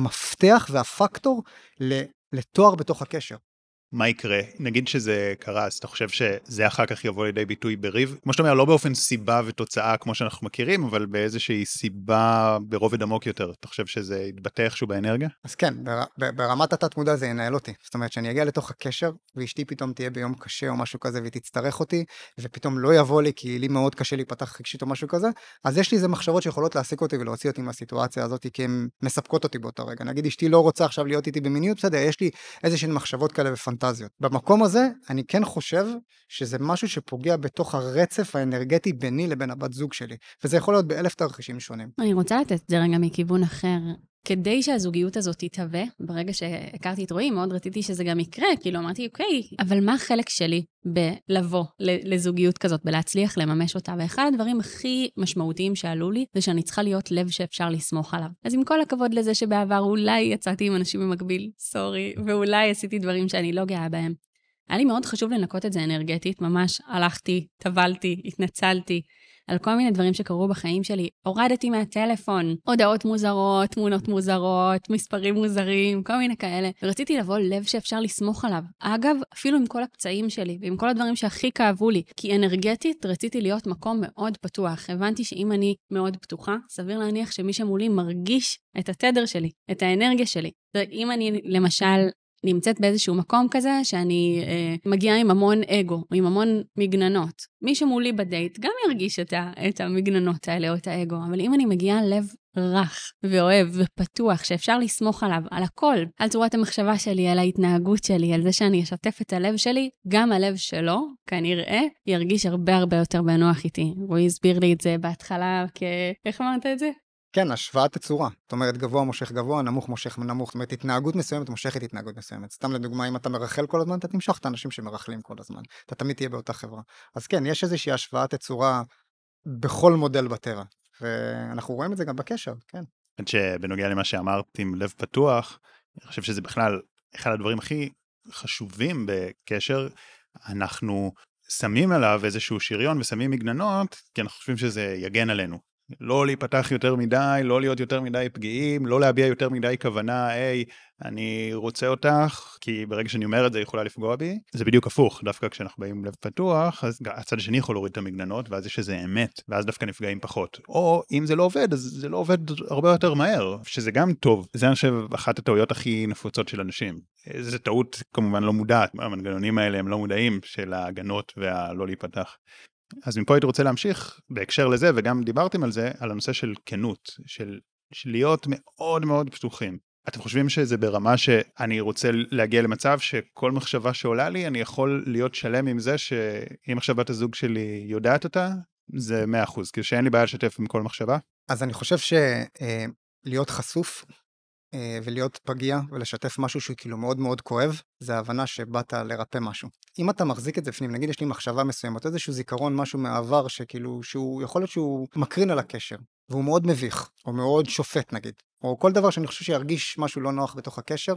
המפתח והפקטור לתואר בתוך הקשר. מה יקרה? נגיד שזה קרה, אז אתה חושב שזה אחר כך יבוא לידי ביטוי בריב? כמו שאתה אומר, לא באופן סיבה ותוצאה כמו שאנחנו מכירים, אבל באיזושהי סיבה ברובד עמוק יותר. אתה חושב שזה יתבטא איכשהו באנרגיה? אז כן, ברמת התת מודע זה ינהל אותי. זאת אומרת, שאני אגיע לתוך הקשר, ואשתי פתאום תהיה ביום קשה או משהו כזה, והיא תצטרך אותי, ופתאום לא יבוא לי, כי לי מאוד קשה להיפתח רגשית או משהו כזה, אז יש לי איזה מחשבות שיכולות להעסיק אותי ולהוציא אותי מהסיטואציה הזאת, כי הן מספקות אותי באותו רגע. נגיד, אשתי לא רוצה עכשיו להיות איתי במיניות, בסדר, יש לי איזשהן מחשבות כאלה ופנטזיות. במקום הזה, אני כן חושב שזה משהו שפוגע בתוך הרצף האנרגטי ביני לבין הבת זוג שלי, וזה יכול להיות באלף תרחישים שונים. אני רוצה לתת את זה רגע מכיוון אחר. כדי שהזוגיות הזאת תתהווה, ברגע שהכרתי את רועי, מאוד רציתי שזה גם יקרה, כאילו אמרתי, אוקיי, אבל מה החלק שלי בלבוא לזוגיות כזאת, בלהצליח לממש אותה? ואחד הדברים הכי משמעותיים שעלו לי, זה שאני צריכה להיות לב שאפשר לסמוך עליו. אז עם כל הכבוד לזה שבעבר אולי יצאתי עם אנשים במקביל, סורי, ואולי עשיתי דברים שאני לא גאה בהם. היה לי מאוד חשוב לנקות את זה אנרגטית, ממש הלכתי, טבלתי, התנצלתי, על כל מיני דברים שקרו בחיים שלי. הורדתי מהטלפון, הודעות מוזרות, תמונות מוזרות, מספרים מוזרים, כל מיני כאלה. ורציתי לבוא לב שאפשר לסמוך עליו. אגב, אפילו עם כל הפצעים שלי, ועם כל הדברים שהכי כאבו לי, כי אנרגטית רציתי להיות מקום מאוד פתוח. הבנתי שאם אני מאוד פתוחה, סביר להניח שמי שמולי מרגיש את התדר שלי, את האנרגיה שלי. אם אני, למשל, נמצאת באיזשהו מקום כזה, שאני מגיעה עם המון אגו, עם המון מגננות. מי שמולי בדייט גם ירגיש את המגננות האלה או את האגו, אבל אם אני מגיעה לב רך ואוהב ופתוח, שאפשר לסמוך עליו, על הכל, על צורת המחשבה שלי, על ההתנהגות שלי, על זה שאני אשתף את הלב שלי, גם הלב שלו, כנראה, ירגיש הרבה הרבה יותר בנוח איתי. רועי הסביר לי את זה בהתחלה איך אמרת את זה? כן, השוואת הצורה. זאת אומרת, גבוה מושך גבוה, נמוך מושך נמוך. זאת אומרת, התנהגות מסוימת מושכת התנהגות מסוימת. סתם לדוגמה, אם אתה מרחל כל הזמן, אתה תמשוך את האנשים שמרחלים כל הזמן. אתה תמיד תהיה באותה חברה. אז כן, יש איזושהי השוואת הצורה בכל מודל בטבע. ואנחנו רואים את זה גם בקשר, כן. עד שבנוגע למה שאמרת עם לב פתוח, אני חושב שזה בכלל אחד הדברים הכי חשובים בקשר. אנחנו שמים עליו איזשהו שריון ושמים מגננות, כי אנחנו חושבים שזה יגן עלינו. לא להיפתח יותר מדי, לא להיות יותר מדי פגיעים, לא להביע יותר מדי כוונה, היי, אני רוצה אותך, כי ברגע שאני אומר את זה יכולה לפגוע בי. זה בדיוק הפוך, דווקא כשאנחנו באים לב פתוח, אז הצד השני יכול להוריד את המגננות, ואז יש איזה אמת, ואז דווקא נפגעים פחות. או אם זה לא עובד, אז זה לא עובד הרבה יותר מהר, שזה גם טוב. זה אני חושב אחת הטעויות הכי נפוצות של אנשים. זו טעות כמובן לא מודעת, המנגנונים האלה הם לא מודעים של ההגנות והלא להיפתח. אז מפה הייתי רוצה להמשיך בהקשר לזה, וגם דיברתם על זה, על הנושא של כנות, של להיות מאוד מאוד פתוחים. אתם חושבים שזה ברמה שאני רוצה להגיע למצב שכל מחשבה שעולה לי, אני יכול להיות שלם עם זה שאם עכשיו בת הזוג שלי יודעת אותה, זה 100%, כי שאין לי בעיה לשתף עם כל מחשבה? אז אני חושב שלהיות חשוף ולהיות פגיע ולשתף משהו שהוא כאילו מאוד מאוד כואב, זה ההבנה שבאת לרפא משהו. אם אתה מחזיק את זה בפנים, נגיד יש לי מחשבה מסוימת, איזשהו זיכרון, משהו מהעבר שכאילו, שהוא יכול להיות שהוא מקרין על הקשר, והוא מאוד מביך, או מאוד שופט נגיד, או כל דבר שאני חושב שירגיש משהו לא נוח בתוך הקשר,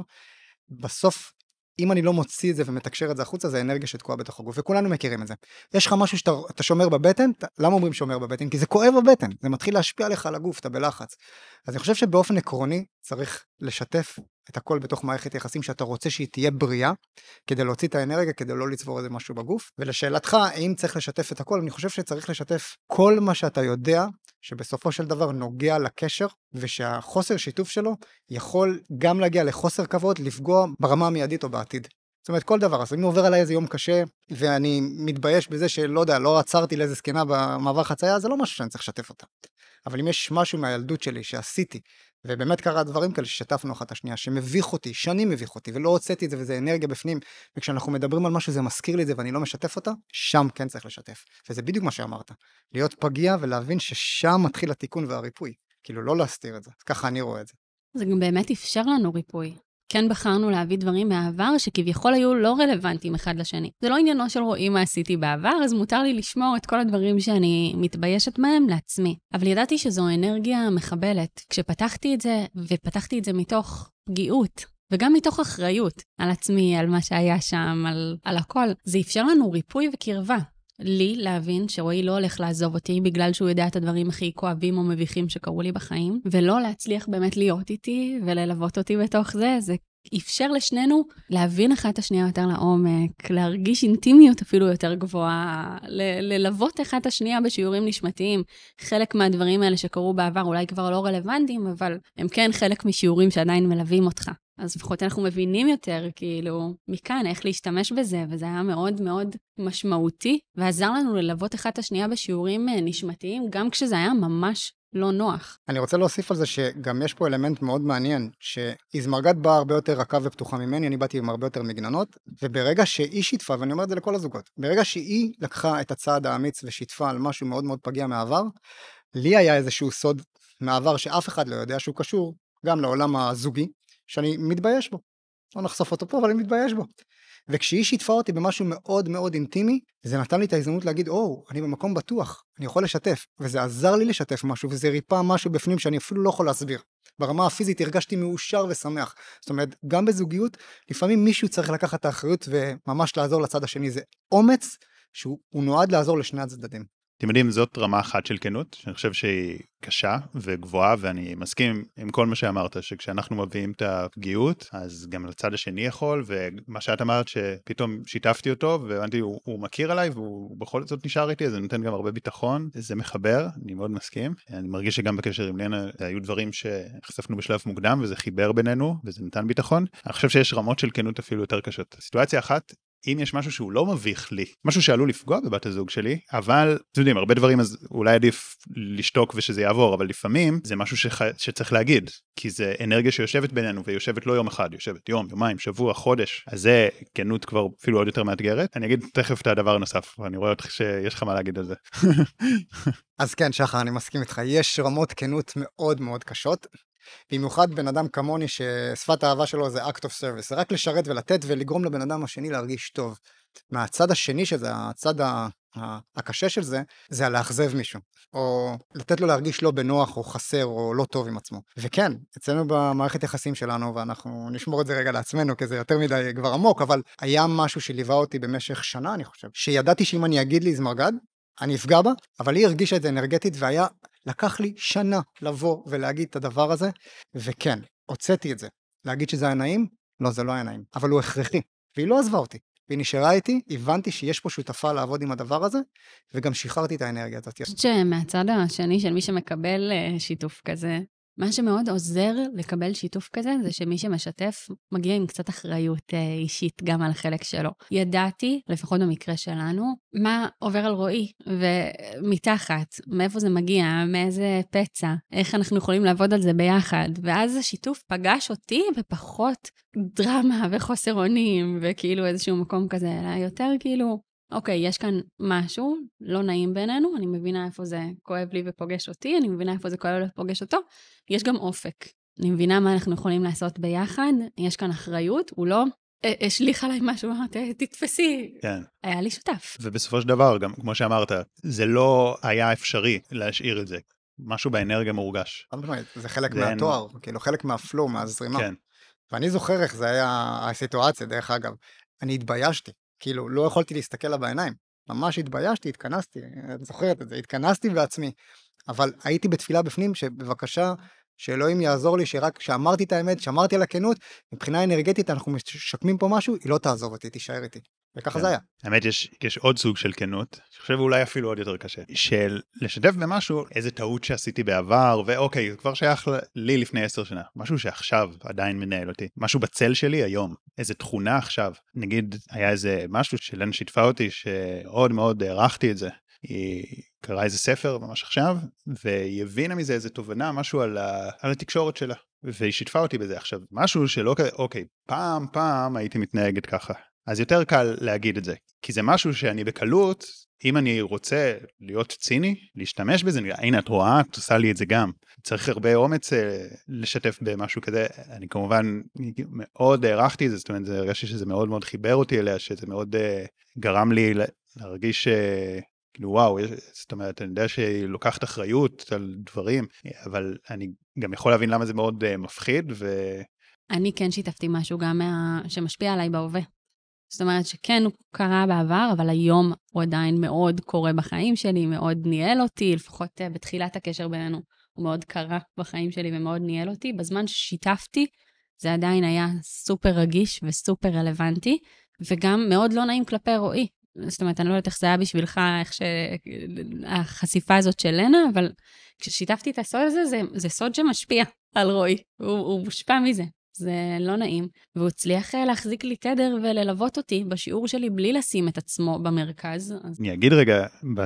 בסוף, אם אני לא מוציא את זה ומתקשר את זה החוצה, זה אנרגיה שתקועה בתוך הגוף, וכולנו מכירים את זה. יש לך משהו שאתה שומר בבטן, למה אומרים שומר בבטן? כי זה כואב בבטן, זה מתחיל להשפיע לך על הגוף, אתה בלחץ. אז אני חושב שבאופן עקרוני צריך לשתף את הכל בתוך מערכת יחסים שאתה רוצה שהיא תהיה בריאה, כדי להוציא את האנרגיה, כדי לא לצבור איזה משהו בגוף. ולשאלתך, האם צריך לשתף את הכל? אני חושב שצריך לשתף כל מה שאתה יודע, שבסופו של דבר נוגע לקשר, ושהחוסר שיתוף שלו יכול גם להגיע לחוסר כבוד, לפגוע ברמה המיידית או בעתיד. זאת אומרת, כל דבר. אז אם עובר עליי איזה יום קשה, ואני מתבייש בזה שלא יודע, לא עצרתי לאיזה זקנה במעבר חצייה, זה לא משהו שאני צריך לשתף אותה. אבל אם יש משהו מהילדות שלי שעשיתי, ובאמת קרה דברים כאלה ששתפנו אחת השנייה, שמביך אותי, שנים מביך אותי, ולא הוצאתי את זה, וזה אנרגיה בפנים, וכשאנחנו מדברים על משהו זה מזכיר לי את זה, ואני לא משתף אותה, שם כן צריך לשתף. וזה בדיוק מה שאמרת. להיות פגיע ולהבין ששם מתחיל התיקון והריפוי. כאילו לא להסתיר את זה. ככה אני רואה את זה. זה גם באמת אפשר לנו ריפוי. כן בחרנו להביא דברים מהעבר שכביכול היו לא רלוונטיים אחד לשני. זה לא עניינו של רועי מה עשיתי בעבר, אז מותר לי לשמור את כל הדברים שאני מתביישת מהם לעצמי. אבל ידעתי שזו אנרגיה מחבלת. כשפתחתי את זה, ופתחתי את זה מתוך פגיעות, וגם מתוך אחריות על עצמי, על מה שהיה שם, על הכל, זה אפשר לנו ריפוי וקרבה. לי להבין שרועי לא הולך לעזוב אותי בגלל שהוא יודע את הדברים הכי כואבים או מביכים שקרו לי בחיים, ולא להצליח באמת להיות איתי וללוות אותי בתוך זה. זה אפשר לשנינו להבין אחת השנייה יותר לעומק, להרגיש אינטימיות אפילו יותר גבוהה, ללוות אחת השנייה בשיעורים נשמתיים. חלק מהדברים האלה שקרו בעבר אולי כבר לא רלוונטיים, אבל הם כן חלק משיעורים שעדיין מלווים אותך. אז לפחות אנחנו מבינים יותר, כאילו, מכאן איך להשתמש בזה, וזה היה מאוד מאוד משמעותי, ועזר לנו ללוות אחת השנייה בשיעורים נשמתיים, גם כשזה היה ממש לא נוח. אני רוצה להוסיף על זה שגם יש פה אלמנט מאוד מעניין, שאיזמרגת באה הרבה יותר רכה ופתוחה ממני, אני באתי עם הרבה יותר מגננות, וברגע שהיא שיתפה, ואני אומר את זה לכל הזוגות, ברגע שהיא לקחה את הצעד האמיץ ושיתפה על משהו מאוד מאוד פגיע מהעבר, לי היה איזשהו סוד מהעבר שאף אחד לא יודע שהוא קשור גם לעולם הזוגי, שאני מתבייש בו. לא נחשוף אותו פה, אבל אני מתבייש בו. וכשהיא שיתפה אותי במשהו מאוד מאוד אינטימי, זה נתן לי את ההזדמנות להגיד, אני במקום בטוח, אני יכול לשתף, וזה עזר לי לשתף משהו, וזה ריפא משהו בפנים שאני אפילו לא יכול להסביר. ברמה הפיזית הרגשתי מאושר ושמח. זאת אומרת, גם בזוגיות, לפעמים מישהו צריך לקחת את האחריות וממש לעזור לצד השני. זה אומץ שהוא נועד לעזור לשני הצדדים. אתם יודעים, זאת רמה אחת של כנות, שאני חושב שהיא קשה וגבוהה, ואני מסכים עם כל מה שאמרת, שכשאנחנו מביאים את הפגיעות, אז גם לצד השני יכול, ומה שאת אמרת, שפתאום שיתפתי אותו, והבנתי, הוא מכיר עליי, והוא בכל זאת נשאר איתי, אז זה נותן גם הרבה ביטחון, זה מחבר, אני מאוד מסכים. אני מרגיש שגם בקשר עם לנה, היו דברים שחשפנו בשלב מוקדם, וזה חיבר בינינו, וזה נתן ביטחון. אני חושב שיש רמות של כנות אפילו יותר קשות. סיטואציה אחת, אם יש משהו שהוא לא מביך לי, משהו שעלול לפגוע בבת הזוג שלי, אבל, אתם יודעים, הרבה דברים אז אולי עדיף לשתוק ושזה יעבור, אבל לפעמים זה משהו שצריך להגיד, כי זה אנרגיה שיושבת בינינו, ויושבת לא יום אחד, יושבת יום, יומיים, שבוע, חודש, אז זה כנות כבר אפילו עוד יותר מאתגרת. אני אגיד תכף את הדבר הנוסף, ואני רואה אותך שיש לך מה להגיד על זה. אז כן, שחר, אני מסכים איתך, יש רמות כנות מאוד מאוד קשות, במיוחד בן אדם כמוני ששפת האהבה שלו זה act of service, זה רק לשרת ולתת ולגרום לבן אדם השני להרגיש טוב. מהצד השני שזה, הצד הקשה של זה, זה להאכזב מישהו, או לתת לו להרגיש לא בנוח או חסר או לא טוב עם עצמו. וכן, אצלנו במערכת יחסים שלנו, ואנחנו נשמור את זה רגע לעצמנו, כי זה יותר מדי כבר עמוק, אבל היה משהו שליווה אותי במשך שנה, אני חושב, שידעתי שאם אני אגיד לי זמרגד, אני אפגע בה, אבל היא הרגישה את זה אנרגטית, לקח לי שנה לבוא ולהגיד את הדבר הזה, וכן, הוצאתי את זה. להגיד שזה היה נעים? לא, זה לא היה נעים, אבל הוא הכרחי, והיא לא עזבה אותי. והיא נשארה איתי, הבנתי שיש פה שותפה לעבוד עם הדבר הזה, וגם שחררתי את האנרגיה הזאת. אני חושבת שמהצד השני של מי שמקבל שיתוף כזה, מה שמאוד עוזר לקבל שיתוף כזה, זה שמי שמשתף מגיע עם קצת אחריות אישית גם על החלק שלו. ידעתי, לפחות במקרה שלנו, מה עובר על רועי, ומתחת, מאיפה זה מגיע, מאיזה פצע, איך אנחנו יכולים לעבוד על זה ביחד, ואז השיתוף פגש אותי בפחות דרמה וחוסר אונים, וכאילו איזשהו מקום כזה, אלא יותר כאילו, אוקיי, יש כאן משהו לא נעים בינינו, אני מבינה איפה זה כואב לי ופוגש אותי, אני מבינה איפה זה כואב לי ופוגש אותו, יש גם אופק. אני מבינה מה אנחנו יכולים לעשות ביחד, יש כאן אחריות, הוא לא השליך עליי משהו, תתפסי. כן. היה לי שותף. ובסופו של דבר, גם כמו שאמרת, זה לא היה אפשרי להשאיר את זה. משהו באנרגיה מורגש. זה חלק מהתואר, כאילו חלק מהפלו, מהזרימה. כן. ואני זוכר איך זה היה הסיטואציה, דרך אגב. אני התביישתי. כאילו, לא יכולתי להסתכל לה בעיניים. ממש התביישתי, התכנסתי, את זוכרת את זה, התכנסתי בעצמי. אבל הייתי בתפילה בפנים שבבקשה, שאלוהים יעזור לי, שרק שאמרתי את האמת, שמרתי על הכנות, מבחינה אנרגטית אנחנו משקמים פה משהו, היא לא תעזוב אותי, תישאר איתי. וככה זה היה. האמת, יש עוד סוג של כנות, אני חושב אולי אפילו עוד יותר קשה, של לשתף במשהו, איזה טעות שעשיתי בעבר, ואוקיי, זה כבר שייך לי לפני 10 שנה, משהו שעכשיו עדיין מנהל אותי, משהו בצל שלי היום, איזה תכונה עכשיו, נגיד היה איזה משהו שלן שיתפה אותי, שעוד מאוד הערכתי את זה, היא קראה איזה ספר ממש עכשיו, והיא הבינה מזה איזה תובנה, משהו על התקשורת שלה, והיא שיתפה אותי בזה עכשיו, משהו שלא כזה, אוקיי, פעם הייתי מתנהגת ככה. אז יותר קל להגיד את זה, כי זה משהו שאני בקלות, אם אני רוצה להיות ציני, להשתמש בזה, הנה את רואה, את עושה לי את זה גם. צריך הרבה אומץ לשתף במשהו כזה, אני כמובן מאוד הערכתי את זה, זאת אומרת, זה הרגשתי שזה מאוד מאוד חיבר אותי אליה, שזה מאוד גרם לי להרגיש כאילו וואו, זאת אומרת, אני יודע שהיא לוקחת אחריות על דברים, אבל אני גם יכול להבין למה זה מאוד מפחיד, אני כן שיתפתי משהו גם שמשפיע עליי בהווה. זאת אומרת שכן הוא קרה בעבר, אבל היום הוא עדיין מאוד קורה בחיים שלי, מאוד ניהל אותי, לפחות בתחילת הקשר בינינו, הוא מאוד קרה בחיים שלי ומאוד ניהל אותי. בזמן ששיתפתי, זה עדיין היה סופר רגיש וסופר רלוונטי, וגם מאוד לא נעים כלפי רועי. זאת אומרת, אני לא יודעת איך זה היה בשבילך, איך שהחשיפה הזאת של לנה, אבל כששיתפתי את הסוד הזה, זה סוד שמשפיע על רועי, הוא מושפע מזה. זה לא נעים, והוא הצליח להחזיק לי תדר וללוות אותי בשיעור שלי בלי לשים את עצמו במרכז. אני אגיד רגע,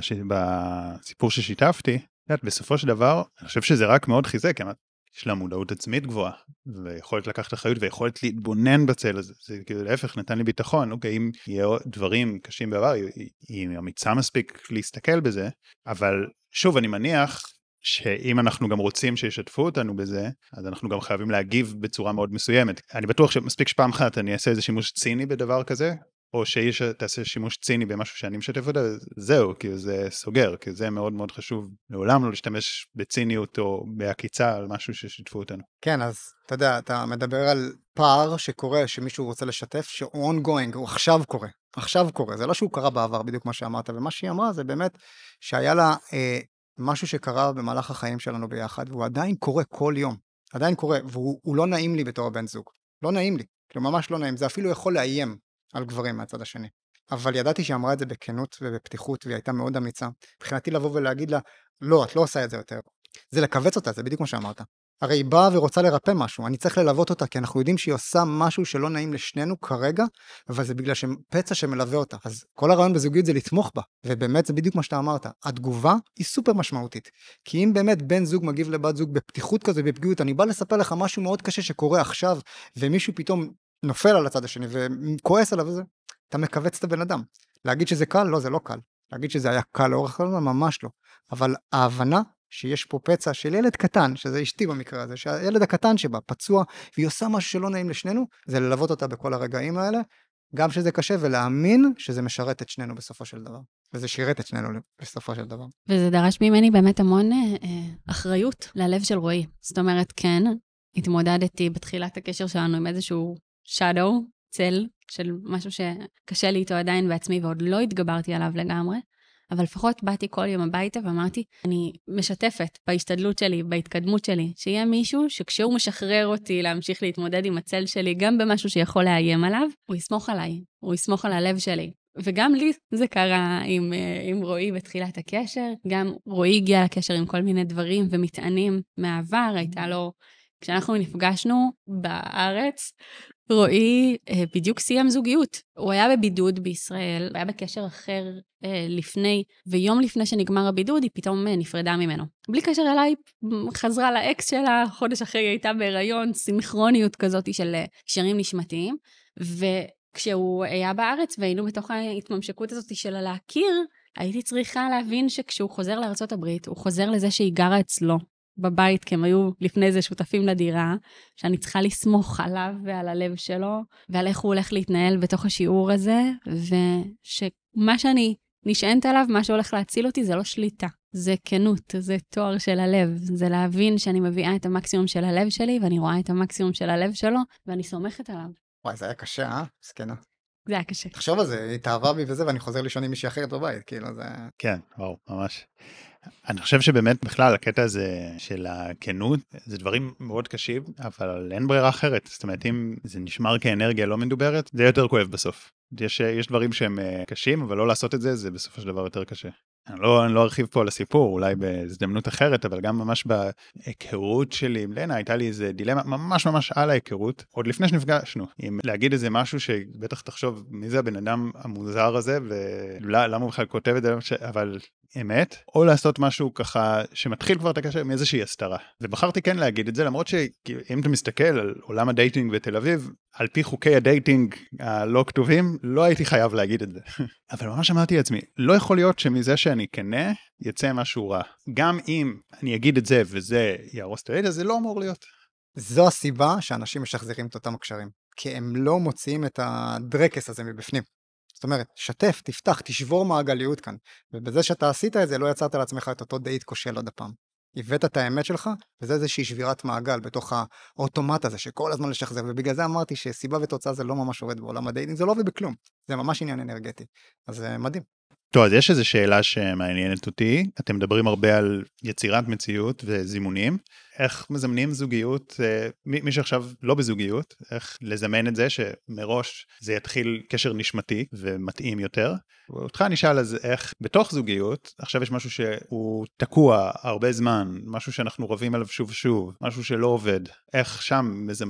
בסיפור ששיתפתי, בסופו של דבר, אני חושב שזה רק מאוד חיזק, יש לה מודעות עצמית גבוהה, ויכולת לקחת אחריות, ויכולת להתבונן בצל הזה, זה כאילו להפך נתן לי ביטחון, אוקיי, אם יהיו דברים קשים בעבר, היא אמיצה מספיק להסתכל בזה, אבל שוב, אני מניח, שאם אנחנו גם רוצים שישתפו אותנו בזה, אז אנחנו גם חייבים להגיב בצורה מאוד מסוימת. אני בטוח שמספיק שפעם אחת אני אעשה איזה שימוש ציני בדבר כזה, או שהיא תעשה שימוש ציני במשהו שאני משתף אותה, זהו, כי זה סוגר, כי זה מאוד מאוד חשוב. לעולם לא להשתמש בציניות או בהקיצה על משהו ששיתפו אותנו. כן, אז אתה יודע, אתה מדבר על פער שקורה, שמישהו רוצה לשתף, שהוא ongoing, הוא עכשיו קורה, זה לא שהוא קרה בעבר, בדיוק מה שאמרת, ומה שהיא אמרה זה באמת שהיה לה משהו שקרה במהלך החיים שלנו ביחד, והוא עדיין קורה כל יום, עדיין קורה, והוא לא נעים לי בתור הבן זוג, לא נעים לי, כאילו ממש לא נעים, זה אפילו יכול לאיים על גברים מהצד השני. אבל ידעתי שהיא אמרה את זה בכנות ובפתיחות, והיא הייתה מאוד אמיצה. מבחינתי לבוא ולהגיד לה, לא, את לא עושה את זה יותר. זה לקבץ אותה, זה בדיוק כמו שאמרת. הרי היא באה ורוצה לרפא משהו, אני צריך ללוות אותה, כי אנחנו יודעים שהיא עושה משהו שלא נעים לשנינו כרגע, אבל זה בגלל שפצע שמלווה אותה. אז כל הרעיון בזוגיות זה לתמוך בה, ובאמת זה בדיוק מה שאתה אמרת. התגובה היא סופר משמעותית, כי אם באמת בן זוג מגיב לבת זוג בפתיחות כזו, בפגיעות, אני בא לספר לך משהו מאוד קשה שקורה עכשיו, ומישהו פתאום נופל על הצד השני וכועס עליו וזה, אתה מקבץ את הבן אדם. להגיד שזה קל? לא, זה לא קל. להגיד שזה היה קל לאורך כל הזמן? ממש לא. אבל ההבנה שיש פה פצע של ילד קטן, שזה אשתי במקרה הזה, שהילד הקטן שבה פצוע, והיא עושה משהו שלא נעים לשנינו, זה ללוות אותה בכל הרגעים האלה, גם שזה קשה, ולהאמין שזה משרת את שנינו בסופו של דבר. וזה שירת את שנינו בסופו של דבר. וזה דרש ממני באמת המון אחריות ללב של רועי. זאת אומרת, כן, התמודדתי בתחילת הקשר שלנו עם איזשהו shadow, צל, של משהו שקשה לי איתו עדיין בעצמי, ועוד לא התגברתי עליו לגמרי, אבל לפחות באתי כל יום הביתה ואמרתי, אני משתפת בהשתדלות שלי, בהתקדמות שלי, שיהיה מישהו שכשהוא משחרר אותי להמשיך להתמודד עם הצל שלי, גם במשהו שיכול לאיים עליו, הוא יסמוך עליי, הוא יסמוך על הלב שלי. וגם לי זה קרה עם רועי בתחילת הקשר, גם רועי הגיע לקשר עם כל מיני דברים ומטענים מהעבר, הייתה לו, כשאנחנו נפגשנו בארץ, רועי בדיוק סיים זוגיות. הוא היה בבידוד בישראל, היה בקשר אחר לפני, ויום לפני שנגמר הבידוד, היא פתאום נפרדה ממנו. בלי קשר אליי, חזרה לאקס שלה, חודש אחרי היא הייתה בהיריון, סינכרוניות כזאת של קשרים נשמתיים, וכשהוא היה בארץ, והיינו בתוך ההתממשקות הזאת של להכיר, הייתי צריכה להבין שכשהוא חוזר לארצות הברית, הוא חוזר לזה שהיא גרה אצלו. בבית, כי הם היו לפני זה שותפים לדירה, שאני צריכה לסמוך עליו ועל הלב שלו, ועל איך הוא הולך להתנהל בתוך השיעור הזה, ושמה שאני נשענת עליו, מה שהולך להציל אותי, זה לא שליטה. זה כנות, זה תואר של הלב, זה להבין שאני מביאה את המקסימום של הלב שלי, ואני רואה את המקסימום של הלב שלו, ואני סומכת עליו. וואי, זה היה קשה, סכנה. זה היה קשה. תחשוב על זה, היא התאהבה בי וזה, ואני חוזר לישון עם מישהי אחרת בבית, כאילו זה... כן, וואו, ממש. אני חושב שבאמת בכלל הקטע הזה של הכנות, זה דברים מאוד קשים, אבל אין ברירה אחרת. זאת אומרת, אם זה נשמר כאנרגיה לא מדוברת, זה יותר כואב בסוף. יש דברים שהם קשים, אבל לא לעשות את זה, זה בסופו של דבר יותר קשה. אני לא ארחיב פה על הסיפור, אולי בהזדמנות אחרת, אבל גם ממש בהיכרות שלי עם לנה, הייתה לי איזה דילמה ממש ממש על ההיכרות, עוד לפני שנפגשנו, אם להגיד איזה משהו שבטח תחשוב מי זה הבן אדם המוזר הזה, ולמה הוא בכלל כותב את זה, אבל אמת, או לעשות משהו ככה שמתחיל כבר את הקשר מאיזושהי הסתרה. ובחרתי כן להגיד את זה, למרות שאם אתה מסתכל על עולם הדייטינג בתל אביב, על פי חוקי הדייטינג הלא כתובים, לא הייתי חייב להגיד את זה. אבל ממש אמרתי לעצמי, לא יכול להיות שמזה שאני כנה, יצא משהו רע. גם אם אני אגיד את זה וזה יהרוס את הידע, זה לא אמור להיות. זו הסיבה שאנשים משחזרים את אותם הקשרים. כי הם לא מוציאים את הדרקס הזה מבפנים. זאת אומרת, שתף, תפתח, תשבור מעגליות כאן. ובזה שאתה עשית את זה, לא יצרת לעצמך את אותו דייט כושל עוד הפעם. הבאת את האמת שלך, וזה איזושהי שבירת מעגל בתוך האוטומט הזה, שכל הזמן לשחזר, ובגלל זה אמרתי שסיבה ותוצאה זה לא ממש עובד בעולם הדייטינג, זה לא עובד בכלום, זה ממש עניין אנרגטי, אז זה מדהים. טוב, אז יש איזו שאלה שמעניינת אותי, אתם מדברים הרבה על יצירת מציאות וזימונים, איך מזמנים זוגיות, מי שעכשיו לא בזוגיות, איך לזמן את זה שמראש זה יתחיל קשר נשמתי ומתאים יותר, ואותך נשאל אז איך בתוך זוגיות, עכשיו יש משהו שהוא תקוע הרבה זמן, משהו שאנחנו רבים עליו שוב ושוב, משהו שלא עובד, איך שם מזמנים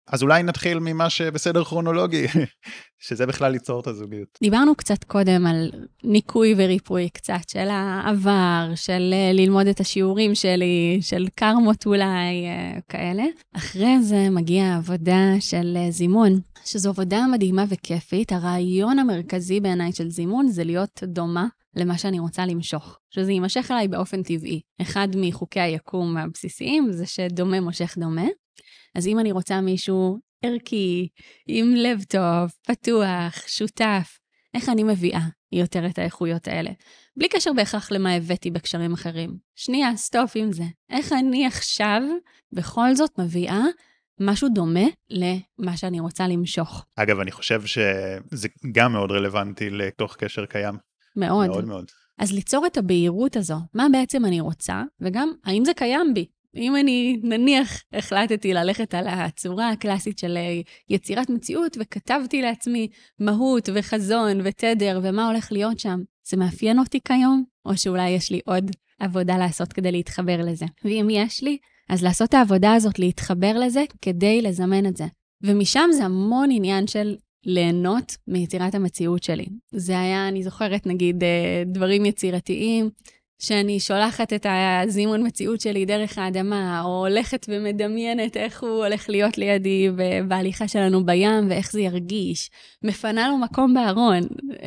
אז אולי נתחיל ממה שבסדר כרונולוגי, שזה בכלל ליצור את הזוגיות. דיברנו קצת קודם על ניקוי וריפוי קצת של העבר, של ללמוד את השיעורים שלי, של קרמות אולי כאלה. אחרי זה מגיעה העבודה של זימון, שזו עבודה מדהימה וכיפית. הרעיון המרכזי בעיניי של זימון זה להיות דומה למה שאני רוצה למשוך, שזה יימשך עליי באופן טבעי. אחד מחוקי היקום הבסיסיים זה שדומה מושך דומה. אז אם אני רוצה מישהו ערכי, עם לב טוב, פתוח, שותף, איך אני מביאה יותר את האיכויות האלה? בלי קשר בהכרח למה הבאתי בקשרים אחרים. שנייה, סטופ עם זה. איך אני עכשיו בכל זאת מביאה משהו דומה למה שאני רוצה למשוך? אגב, אני חושב שזה גם מאוד רלוונטי לתוך קשר קיים. מאוד. מאוד מאוד. אז ליצור את הבהירות הזו, מה בעצם אני רוצה, וגם האם זה קיים בי? אם אני נניח החלטתי ללכת על הצורה הקלאסית של יצירת מציאות, וכתבתי לעצמי מהות וחזון ותדר ומה הולך להיות שם, זה מאפיין אותי כיום? או שאולי יש לי עוד עבודה לעשות כדי להתחבר לזה? ואם יש לי, אז לעשות את העבודה הזאת, להתחבר לזה כדי לזמן את זה. ומשם זה המון עניין של ליהנות מיצירת המציאות שלי. זה היה, אני זוכרת, נגיד, דברים יצירתיים, שאני שולחת את הזימון מציאות שלי דרך האדמה, או הולכת ומדמיינת איך הוא הולך להיות לידי בהליכה שלנו בים, ואיך זה ירגיש. מפנה לו מקום בארון.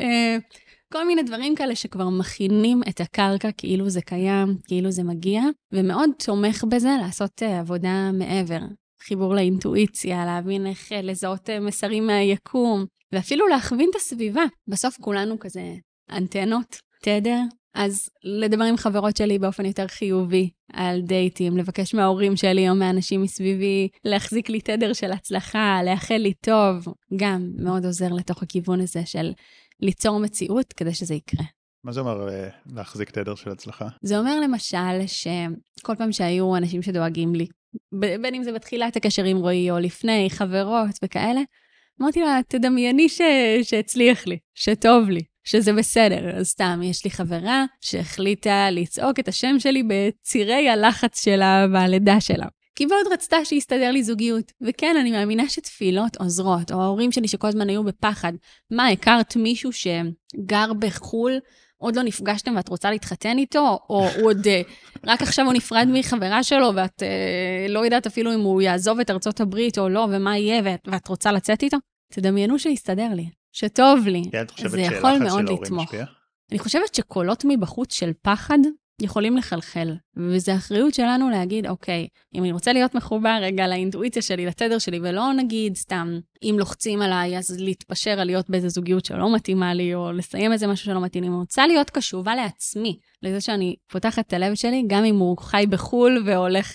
כל מיני דברים כאלה שכבר מכינים את הקרקע כאילו זה קיים, כאילו זה מגיע, ומאוד תומך בזה לעשות עבודה מעבר. חיבור לאינטואיציה, להבין איך לזהות מסרים מהיקום, ואפילו להכווין את הסביבה. בסוף כולנו כזה אנטנות, תדר. אז לדבר עם חברות שלי באופן יותר חיובי על דייטים, לבקש מההורים שלי או מהאנשים מסביבי, להחזיק לי תדר של הצלחה, לאחל לי טוב, גם מאוד עוזר לתוך הכיוון הזה של ליצור מציאות כדי שזה יקרה. מה זה אומר להחזיק תדר של הצלחה? זה אומר למשל שכל פעם שהיו אנשים שדואגים לי, בין אם זה בתחילת הקשר עם רועי או לפני, חברות וכאלה, אמרתי לה, תדמייני שהצליח לי, שטוב לי, שזה בסדר. אז סתם, יש לי חברה שהחליטה לצעוק את השם שלי בצירי הלחץ שלה והלידה שלה. כי מאוד רצתה שיסתדר לי זוגיות. וכן, אני מאמינה שתפילות עוזרות, או ההורים שלי שכל הזמן היו בפחד. מה, הכרת מישהו שגר בחול, עוד לא נפגשתם ואת רוצה להתחתן איתו, או הוא עוד, רק עכשיו הוא נפרד מחברה שלו, ואת לא יודעת אפילו אם הוא יעזוב את ארצות הברית או לא, ומה יהיה, ואת רוצה לצאת איתו? תדמיינו שיסתדר לי, שטוב לי. זה יכול מאוד לתמוך. אני חושבת שקולות מבחוץ של פחד יכולים לחלחל, וזו האחריות שלנו להגיד, אוקיי, אם אני רוצה להיות מחובר רגע לאינטואיציה שלי, לתדר שלי, ולא נגיד סתם, אם לוחצים עליי, אז להתפשר על להיות באיזו זוגיות שלא מתאימה לי, או לסיים איזה משהו שלא מתאים לי. אני רוצה להיות קשובה לעצמי, לזה שאני פותחת את הלב שלי, גם אם הוא חי בחול, והולך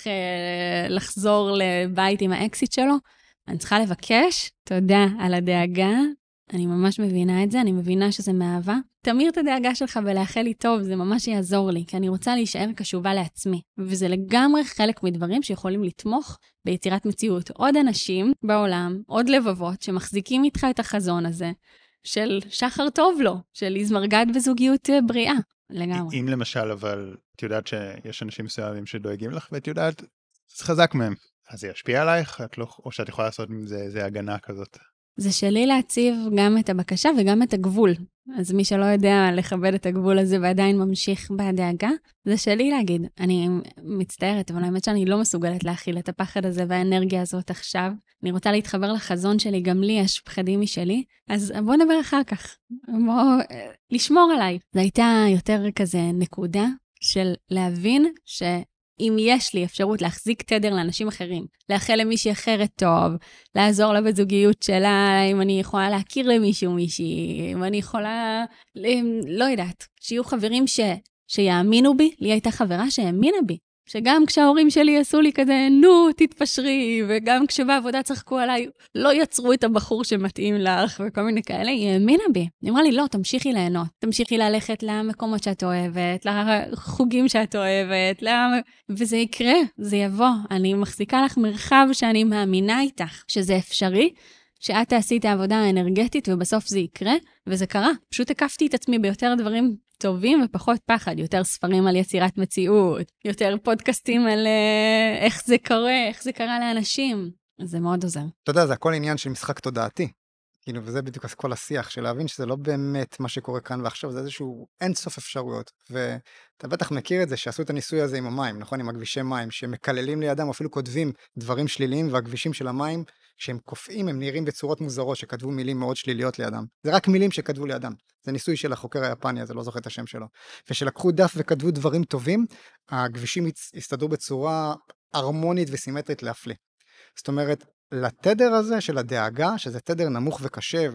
לחזור לבית עם האקסיט שלו, אני צריכה לבקש, תודה על הדאגה, אני ממש מבינה את זה, אני מבינה שזה מאהבה. תמיר את הדאגה שלך ולאחל לי טוב, זה ממש יעזור לי, כי אני רוצה להישאר קשובה לעצמי. וזה לגמרי חלק מדברים שיכולים לתמוך ביצירת מציאות. עוד אנשים בעולם, עוד לבבות, שמחזיקים איתך את החזון הזה, של שחר טוב לו, של הזמרגת וזוגיות בריאה, לגמרי. אם למשל, אבל את יודעת שיש אנשים מסוימים שדואגים לך, ואת יודעת, זה חזק מהם. אז זה ישפיע עלייך, או שאת יכולה לעשות עם זה איזה הגנה כזאת? זה שלי להציב גם את הבקשה וגם את הגבול. אז מי שלא יודע לכבד את הגבול הזה ועדיין ממשיך בדאגה, זה שלי להגיד, אני מצטערת, אבל האמת שאני לא מסוגלת להכיל את הפחד הזה והאנרגיה הזאת עכשיו. אני רוצה להתחבר לחזון שלי, גם לי יש פחדים משלי, אז בוא נדבר אחר כך. בוא לשמור עליי. זו הייתה יותר כזה נקודה של להבין אם יש לי אפשרות להחזיק תדר לאנשים אחרים, לאחל למישהי אחרת טוב, לעזור לה בזוגיות שלה, אם אני יכולה להכיר למישהו מישהי, אם אני יכולה, לא יודעת, שיהיו חברים שיאמינו בי, לי הייתה חברה שהאמינה בי, שגם כשההורים שלי עשו לי כזה, נו, תתפשרי, וגם כשבעבודה צחקו עליי, לא יצרו את הבחור שמתאים לך, וכל מיני כאלה, היא האמינה בי. היא אמרה לי, לא, תמשיכי ליהנות, תמשיכי ללכת למקומות שאת אוהבת, לחוגים שאת אוהבת, וזה יקרה, זה יבוא. אני מחזיקה לך מרחב שאני מאמינה איתך, שזה אפשרי, שאת תעשי את העבודה האנרגטית, ובסוף זה יקרה, וזה קרה. פשוט הקפתי את עצמי ביותר דברים טובים ופחות פחד, יותר ספרים על יצירת מציאות, יותר פודקאסטים על איך זה קורה לאנשים. זה מאוד עוזר. אתה יודע, זה הכל עניין של משחק תודעתי. כאילו, וזה בדיוק כל השיח, של להבין שזה לא באמת מה שקורה כאן ועכשיו, זה איזשהו אינסוף אפשרויות. ואתה בטח מכיר את זה, שעשו את הניסוי הזה עם המים, נכון? עם הכבישי מים, שמקללים לידם, אפילו כותבים דברים שליליים, והכבישים של המים, כשהם קופאים, הם נראים בצורות מוזרות, שכתבו מילים מאוד שליליות לידם. זה רק מילים שכתבו לידם. זה ניסוי של החוקר היפני, אז לא זוכר את השם שלו. ושלקחו דף וכתבו דברים טובים, הכבישים הסתדרו בצורה הרמונית וסימטרית להפליא. זאת אומרת, לתדר הזה של הדאגה, שזה תדר נמוך וקשה,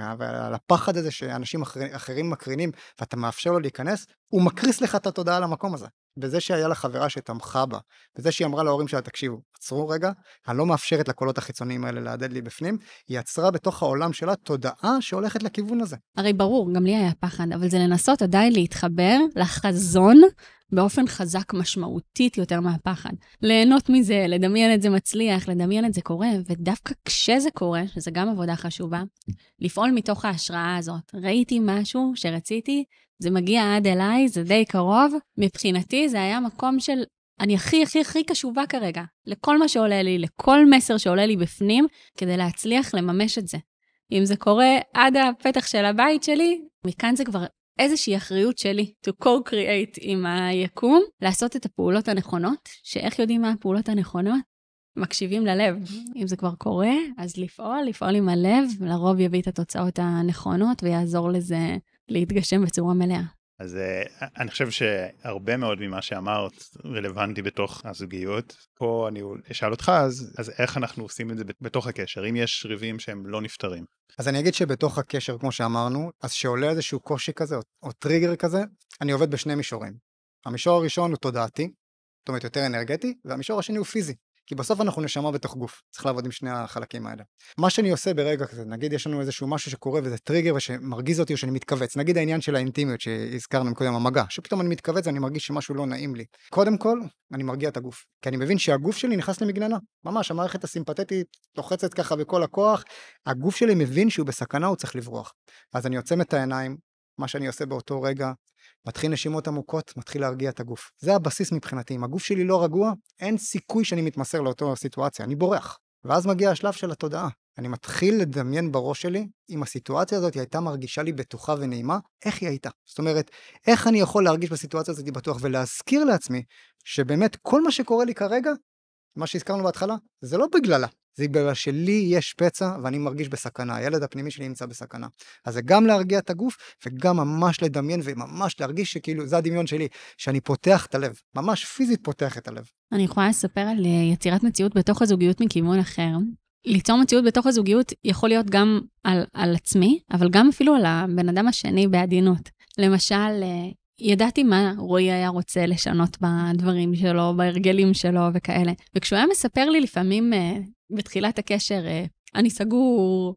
ולפחד הזה שאנשים אחרים מקרינים, ואתה מאפשר לו להיכנס, הוא מקריס לך את התודעה למקום הזה. וזה שהיה לה חברה שתמכה בה, וזה שהיא אמרה להורים שלה, תקשיבו, עצרו רגע, אני לא מאפשרת לקולות החיצוניים האלה להדד לי בפנים, היא יצרה בתוך העולם שלה תודעה שהולכת לכיוון הזה. הרי ברור, גם לי היה פחד, אבל זה לנסות עדיין להתחבר לחזון באופן חזק משמעותית יותר מהפחד. ליהנות מזה, לדמיין את זה מצליח, לדמיין את זה קורה, ודווקא כשזה קורה, שזה גם עבודה חשובה, לפעול מתוך ההשראה הזאת. ראיתי משהו שרציתי, זה מגיע עד אליי, זה די קרוב. מבחינתי זה היה מקום של, אני הכי קשובה כרגע, לכל מה שעולה לי, לכל מסר שעולה לי בפנים, כדי להצליח לממש את זה. אם זה קורה עד הפתח של הבית שלי, מכאן זה כבר איזושהי אחריות שלי, to co-create עם היקום, לעשות את הפעולות הנכונות, שאיך יודעים מה הפעולות הנכונות? מקשיבים ללב. אם זה כבר קורה, אז לפעול עם הלב, לרוב יביא את התוצאות הנכונות, ויעזור לזה להתגשם בצורה מלאה. אז אני חושב שהרבה מאוד ממה שאמרת רלוונטי בתוך הזוגיות. פה אני אשאל אותך, אז איך אנחנו עושים את זה בתוך הקשר, אם יש ריבים שהם לא נפתרים? אז אני אגיד שבתוך הקשר, כמו שאמרנו, אז שעולה איזשהו קושי כזה, או טריגר כזה, אני עובד בשני מישורים. המישור הראשון הוא תודעתי, זאת אומרת יותר אנרגטי, והמישור השני הוא פיזי. כי בסוף אנחנו נשמה בתוך גוף, צריך לעבוד עם שני החלקים האלה. מה שאני עושה ברגע כזה, נגיד יש לנו איזשהו משהו שקורה וזה טריגר ושמרגיז אותי או שאני מתכווץ, נגיד העניין של האינטימיות שהזכרנו קודם, המגע, שפתאום אני מתכווץ ואני מרגיש שמשהו לא נעים לי. קודם כל, אני מרגיע את הגוף, כי אני מבין שהגוף שלי נכנס למגננה, ממש, המערכת הסימפתטית לוחצת ככה בכל הכוח, הגוף שלי מבין שהוא בסכנה, הוא צריך לברוח. אז אני עוצם את העיניים, מה שאני עושה באותו רגע, מתחיל נשימות עמוקות, מתחיל להרגיע את הגוף. זה הבסיס מבחינתי. אם הגוף שלי לא רגוע, אין סיכוי שאני מתמסר לאותו סיטואציה, אני בורח. ואז מגיע השלב של התודעה. אני מתחיל לדמיין בראש שלי, אם הסיטואציה הזאת הייתה מרגישה לי בטוחה ונעימה, איך היא הייתה? זאת אומרת, איך אני יכול להרגיש בסיטואציה הזאת בטוח, ולהזכיר לעצמי, שבאמת כל מה שקורה לי כרגע, מה שהזכרנו בהתחלה, זה לא בגללה. זה בגלל שלי יש פצע ואני מרגיש בסכנה, הילד הפנימי שלי נמצא בסכנה. אז זה גם להרגיע את הגוף וגם ממש לדמיין וממש להרגיש שכאילו זה הדמיון שלי, שאני פותח את הלב, ממש פיזית פותח את הלב. אני יכולה לספר על יצירת מציאות בתוך הזוגיות מכיוון אחר. ליצור מציאות בתוך הזוגיות יכול להיות גם על עצמי, אבל גם אפילו על הבן אדם השני בעדינות. למשל, ידעתי מה רועי היה רוצה לשנות בדברים שלו, בהרגלים שלו וכאלה. וכשהוא היה מספר לי לפעמים בתחילת הקשר, אני סגור,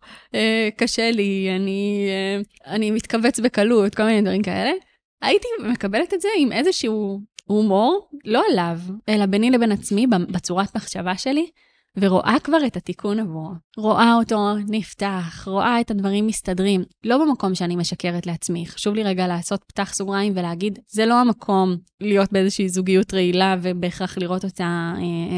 קשה לי, אני מתכווץ בקלות, כל מיני דברים כאלה, הייתי מקבלת את זה עם איזשהו הומור, לא עליו, אלא ביני לבין עצמי, בצורת מחשבה שלי, ורואה כבר את התיקון עבורו. רואה אותו נפתח, רואה את הדברים מסתדרים. לא במקום שאני משקרת לעצמי. חשוב לי רגע לעשות פתח סוגריים ולהגיד, זה לא המקום להיות באיזושהי זוגיות רעילה ובהכרח לראות אותה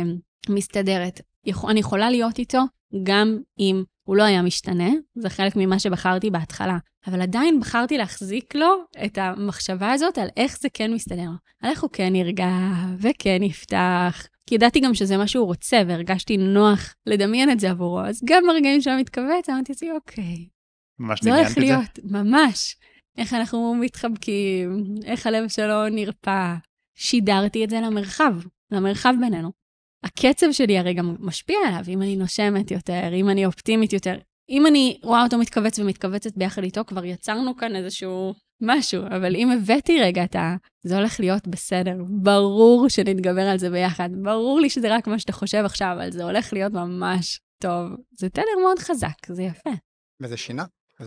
מסתדרת. אני יכולה להיות איתו גם אם הוא לא היה משתנה. זה חלק ממה שבחרתי בהתחלה. אבל עדיין בחרתי להחזיק לו את המחשבה הזאת על איך זה כן מסתדר. על איך הוא כן ירגע וכן יפתח. כי ידעתי גם שזה מה שהוא רוצה, והרגשתי נוח לדמיין את זה עבורו. אז גם ברגעים שהוא מתכווץ, אמרתי לי, אוקיי. ממש דמיינת את זה? זה הולך להיות, ממש. איך אנחנו מתחבקים, איך הלב שלו נרפא. שידרתי את זה למרחב בינינו. הקצב שלי הרי גם משפיע עליו, אם אני נושמת יותר, אם אני אופטימית יותר. אם אני רואה אותו מתכווץ ומתכווצת ביחד איתו, כבר יצרנו כאן איזשהו משהו, אבל אם הבאתי רגע זה הולך להיות בסדר. ברור שנתגבר על זה ביחד. ברור לי שזה רק מה שאתה חושב עכשיו, אבל זה הולך להיות ממש טוב. זה תדר מאוד חזק, זה יפה. וזה שינה.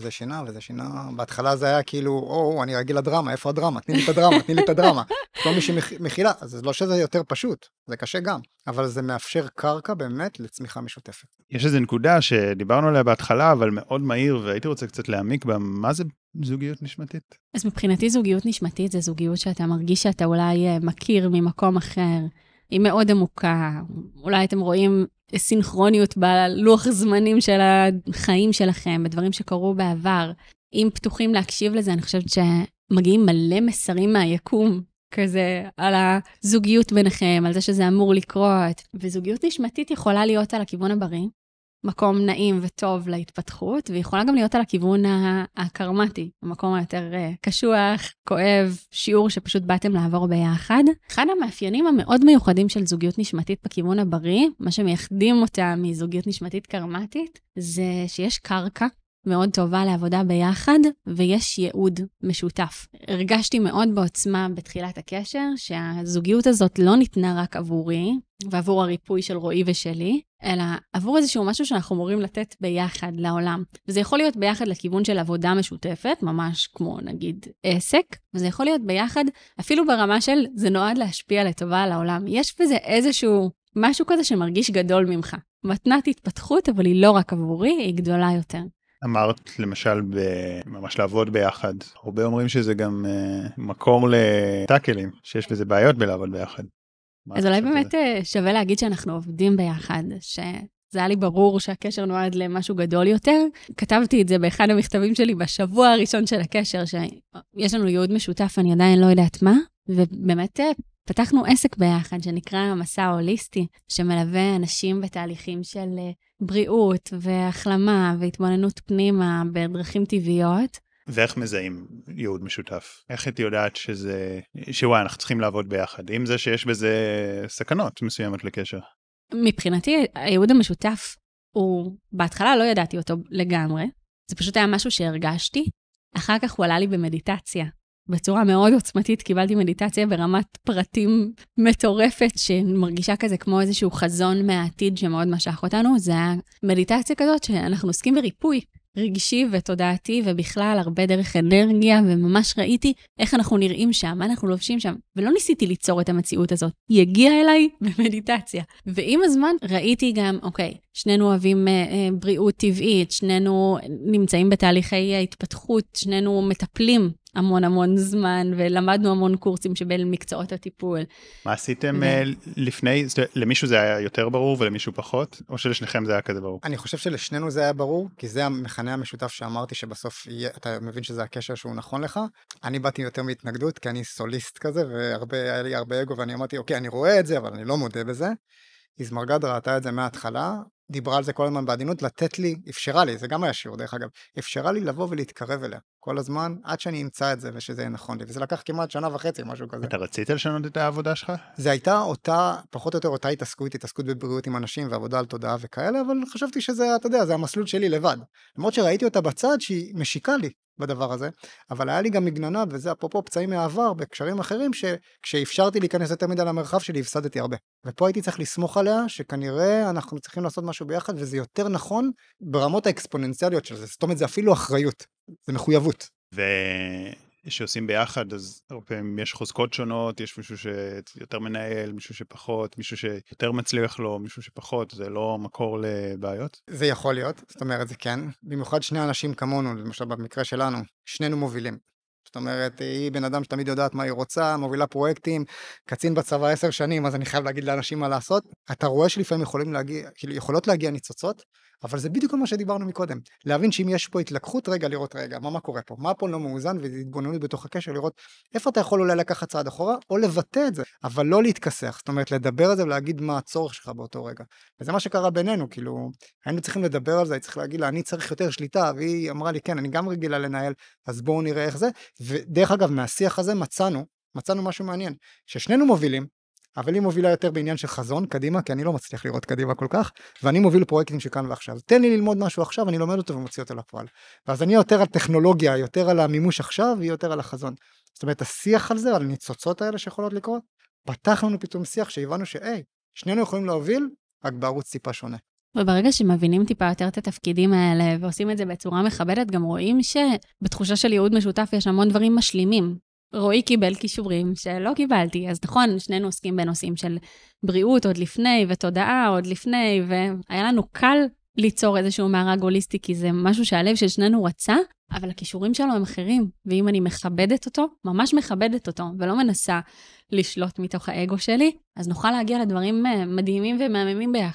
בהתחלה זה היה כאילו, אני רגיל לדרמה, איפה הדרמה? תני לי את הדרמה. כל מי שמכילה, אז לא שזה יותר פשוט, זה קשה גם, אבל זה מאפשר קרקע באמת לצמיחה משותפת. יש איזו נקודה שדיברנו עליה בהתחלה, אבל מאוד מהיר, והייתי רוצה קצת להעמיק בה, מה זה זוגיות נשמתית? אז מבחינתי זוגיות נשמתית זה זוגיות שאתה מרגיש שאתה אולי מכיר ממקום אחר, היא מאוד עמוקה, אולי אתם רואים סינכרוניות בלוח זמנים של החיים שלכם, בדברים שקרו בעבר. אם פתוחים להקשיב לזה, אני חושבת שמגיעים מלא מסרים מהיקום, כזה על הזוגיות ביניכם, על זה שזה אמור לקרות. וזוגיות נשמתית יכולה להיות על הכיוון הבריא, מקום נעים וטוב להתפתחות, ויכולה גם להיות על הכיוון הקרמטי, המקום היותר קשוח, כואב, שיעור שפשוט באתם לעבור ביחד. אחד המאפיינים המאוד מיוחדים של זוגיות נשמתית בכיוון הבריא, מה שמייחדים אותה מזוגיות נשמתית קרמטית, זה שיש קרקע מאוד טובה לעבודה ביחד, ויש ייעוד משותף. הרגשתי מאוד בעוצמה בתחילת הקשר, שהזוגיות הזאת לא ניתנה רק עבורי, ועבור הריפוי של רועי ושלי, אלא עבור איזשהו משהו שאנחנו אמורים לתת ביחד לעולם. וזה יכול להיות ביחד לכיוון של עבודה משותפת, ממש כמו נגיד עסק, וזה יכול להיות ביחד אפילו ברמה של זה נועד להשפיע לטובה על העולם. יש בזה איזשהו משהו כזה שמרגיש גדול ממך. מתנת התפתחות, אבל היא לא רק עבורי, היא גדולה יותר. אמרת למשל ממש לעבוד ביחד, הרבה אומרים שזה גם מקור לטאקלים, שיש בזה בעיות בלעבוד ביחד. אז אולי באמת שווה להגיד שאנחנו עובדים ביחד, שזה היה לי ברור שהקשר נועד למשהו גדול יותר. כתבתי את זה באחד המכתבים שלי בשבוע הראשון של הקשר, שיש לנו ייעוד משותף, אני עדיין לא יודעת מה, ובאמת פתחנו עסק ביחד שנקרא מסע הוליסטי, שמלווה אנשים בתהליכים של בריאות והחלמה והתבוננות פנימה בדרכים טבעיות. ואיך מזהים ייעוד משותף? איך את יודעת שוואי, אנחנו צריכים לעבוד ביחד? עם זה שיש בזה סכנות מסוימת לקשר. מבחינתי, הייעוד המשותף הוא, בהתחלה לא ידעתי אותו לגמרי, זה פשוט היה משהו שהרגשתי, אחר כך הוא עלה לי במדיטציה. בצורה מאוד עוצמתית קיבלתי מדיטציה ברמת פרטים מטורפת, שמרגישה כזה כמו איזשהו חזון מהעתיד שמאוד משך אותנו. זה היה מדיטציה כזאת שאנחנו עוסקים בריפוי רגשי ותודעתי, ובכלל הרבה דרך אנרגיה, וממש ראיתי איך אנחנו נראים שם, מה אנחנו לובשים שם, ולא ניסיתי ליצור את המציאות הזאת. היא הגיעה אליי במדיטציה. ועם הזמן ראיתי גם, אוקיי, שנינו אוהבים בריאות טבעית, שנינו נמצאים בתהליכי ההתפתחות, שנינו מטפלים המון זמן, ולמדנו המון קורסים שבין מקצועות הטיפול. מה עשיתם לפני? למישהו זה היה יותר ברור ולמישהו פחות? או שלשניכם זה היה כזה ברור? אני חושב שלשנינו זה היה ברור, כי זה המכנה המשותף שאמרתי שבסוף אתה מבין שזה הקשר שהוא נכון לך. אני באתי יותר מהתנגדות, כי אני סוליסט כזה, והיה לי הרבה אגו, ואני אמרתי, אוקיי, אני רואה את זה, אבל אני לא מודה בזה. יזמרגד ראתה את זה מההתחלה, דיברה על זה כל הזמן בעדינות, לתת לי, אפשרה לי, זה גם היה שיעור דרך אגב, אפשרה לי לבוא ולהתקרב אליה כל הזמן, עד שאני אמצא את זה ושזה יהיה נכון לי, וזה לקח כמעט 1.5 שנה, משהו כזה. אתה רצית לשנות את העבודה שלך? זה הייתה פחות או יותר אותה התעסקות בבריאות עם אנשים ועבודה על תודעה וכאלה, אבל חשבתי שזה, אתה יודע, זה המסלול שלי לבד. למרות שראיתי אותה בצד שהיא משיקה לי בדבר הזה, אבל היה לי גם מגננה, וזה אפרופו פצעים מהעבר בקשרים אחרים, שכשאפשרתי להיכנס יותר מדי למרחב שלי, הפסדתי הרבה. ופה הייתי צריך לסמוך עליה, שכנראה אנחנו צריכים לעשות משהו ביחד, וזה יותר נכון ברמות האקספוננציאליות של זה. זאת אומרת, זה אפילו אחריות, זה מחויבות. שעושים ביחד, אז הרבה פעמים יש חוזקות שונות, יש מישהו שיותר מנהל, מישהו שפחות, מישהו שיותר מצליח לו, מישהו שפחות, זה לא מקור לבעיות? זה יכול להיות, זאת אומרת, זה כן. במיוחד שני אנשים כמונו, למשל במקרה שלנו, שנינו מובילים. זאת אומרת, היא בן אדם שתמיד יודעת מה היא רוצה, מובילה פרויקטים, קצין בצבא 10 שנים, אז אני חייב להגיד לאנשים מה לעשות. אתה רואה שלפעמים יכולות להגיע ניצוצות, אבל זה בדיוק מה שדיברנו מקודם. להבין שאם יש פה התלקחות, לראות מה קורה פה, מה פה לא מאוזן, והתבוננות בתוך הקשר, לראות איפה אתה יכול אולי לקחת צעד אחורה, או לבטא את זה, אבל לא להתכסח. זאת אומרת, לדבר על זה ולהגיד מה הצורך שלך באותו רגע. וזה מה שקרה בינינו, כאילו, היינו צריכים לדבר על זה, צריך להגיד לה, אני צריך יותר שליטה, והיא אמרה לי, כן, אני גם רגילה לנהל, אז בואו נראה איך זה. ודרך אגב, מהשיח הזה מצאנו משהו מעניין, ששנינו מובילים, אבל היא מובילה יותר בעניין של חזון, קדימה, כי אני לא מצליח לראות קדימה כל כך, ואני מוביל פרויקטים שכאן ועכשיו. תן לי ללמוד משהו עכשיו, אני לומד אותו ומוציא אותו לפועל. ואז אני יותר על טכנולוגיה, יותר על המימוש עכשיו, והיא יותר על החזון. זאת אומרת, השיח על זה, על הניצוצות האלה שיכולות לקרות, פתח לנו פתאום שיח שהבנו שנינו יכולים להוביל, רק בערוץ טיפה שונה. וברגע שמבינים טיפה יותר את התפקידים האלה, ועושים את זה בצורה מכבדת, גם רואים שבתחושה של ייעוד משותף יש המון דברים משלימים. רועי קיבל כישורים שלא קיבלתי, אז נכון, שנינו עוסקים בנושאים של בריאות עוד לפני, ותודעה עוד לפני, והיה לנו קל ליצור איזשהו מארג הוליסטי, כי זה משהו שהלב של שנינו רצה, אבל הכישורים שלו הם אחרים, ואם אני מכבדת אותו, ממש מכבדת אותו, ולא מנסה לשלוט מתוך האגו שלי, אז נוכל להגיע לדברים מדהימים ומהממים ביחד.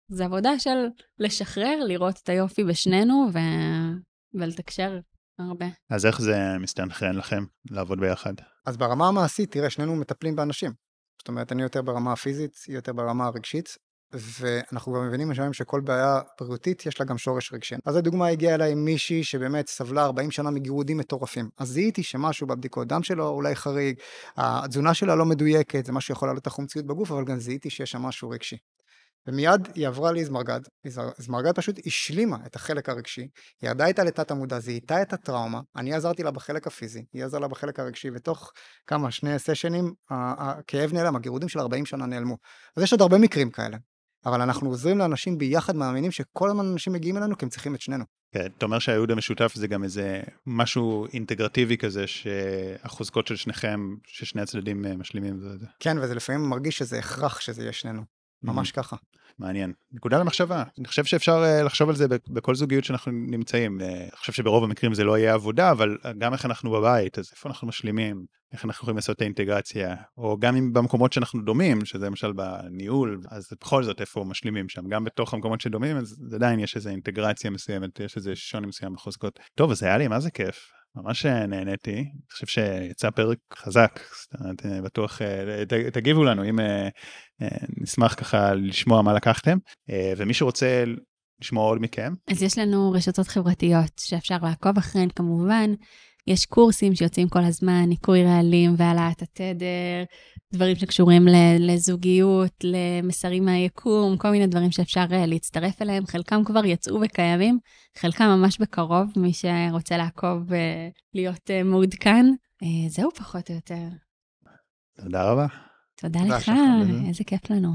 זה עבודה של לשחרר, לראות את היופי בשנינו ולתקשר הרבה. אז איך זה מסתנכרן לכם לעבוד ביחד? אז ברמה המעשית, תראה, שנינו מטפלים באנשים. זאת אומרת, אני יותר ברמה הפיזית, היא יותר ברמה הרגשית, ואנחנו כבר מבינים משם שכל בעיה בריאותית יש לה גם שורש רגשי. אז לדוגמה הגיעה אליי מישהי שבאמת סבלה 40 שנה מגירודים מטורפים. אז זיהיתי שמשהו בבדיקות דם שלו אולי חריג, התזונה שלה לא מדויקת, זה משהו שיכול לעלות החומציות בגוף, אבל גם זיהיתי שיש שם משהו רגשי. ומיד היא עברה לי זמרגד, זמרגד פשוט השלימה את החלק הרגשי, היא ירדה איתה לתת המודע, זיהתה את הטראומה, אני עזרתי לה בחלק הפיזי, היא עזרה לה בחלק הרגשי, ותוך שני סשנים, הכאב נעלם, הגירודים של 40 שנה נעלמו. אז יש עוד הרבה מקרים כאלה, אבל אנחנו עוזרים לאנשים ביחד, מאמינים שכל הזמן אנשים מגיעים אלינו, כי הם צריכים את שנינו. כן, אתה אומר שהייעוד המשותף זה גם איזה משהו אינטגרטיבי כזה, שהחוזקות של שניכם, ששני הצדדים משלימים זה. כן, וזה לפעמים מרגיש שזה הכרח שזה יהיה שנינו. ממש ככה. מעניין. נקודה למחשבה. אני חושב שאפשר לחשוב על זה בכל זוגיות שאנחנו נמצאים. אני חושב שברוב המקרים זה לא יהיה עבודה, אבל גם איך אנחנו בבית, אז איפה אנחנו משלימים, איך אנחנו יכולים לעשות את האינטגרציה, או גם אם במקומות שאנחנו דומים, שזה למשל בניהול, אז בכל זאת איפה משלימים שם. גם בתוך המקומות שדומים, אז עדיין יש איזו אינטגרציה מסוימת, יש איזה שוני מסוים בחוזקות. טוב, אז היה לי, מה זה כיף? ממש נהניתי, אני חושב שיצא פרק חזק, בטוח תגיבו לנו אם נשמח ככה לשמוע מה לקחתם, ומי שרוצה לשמוע עוד מכם. אז יש לנו רשתות חברתיות שאפשר לעקוב אחריהן כמובן, יש קורסים שיוצאים כל הזמן, ניקוי רעלים והעלאת התדר, דברים שקשורים לזוגיות, למסרים מהיקום, כל מיני דברים שאפשר להצטרף אליהם, חלקם כבר יצאו וקיימים, חלקם ממש בקרוב, מי שרוצה לעקוב ולהיות מעודכן, זהו פחות או יותר. תודה רבה. תודה לך, איזה כיף לנו.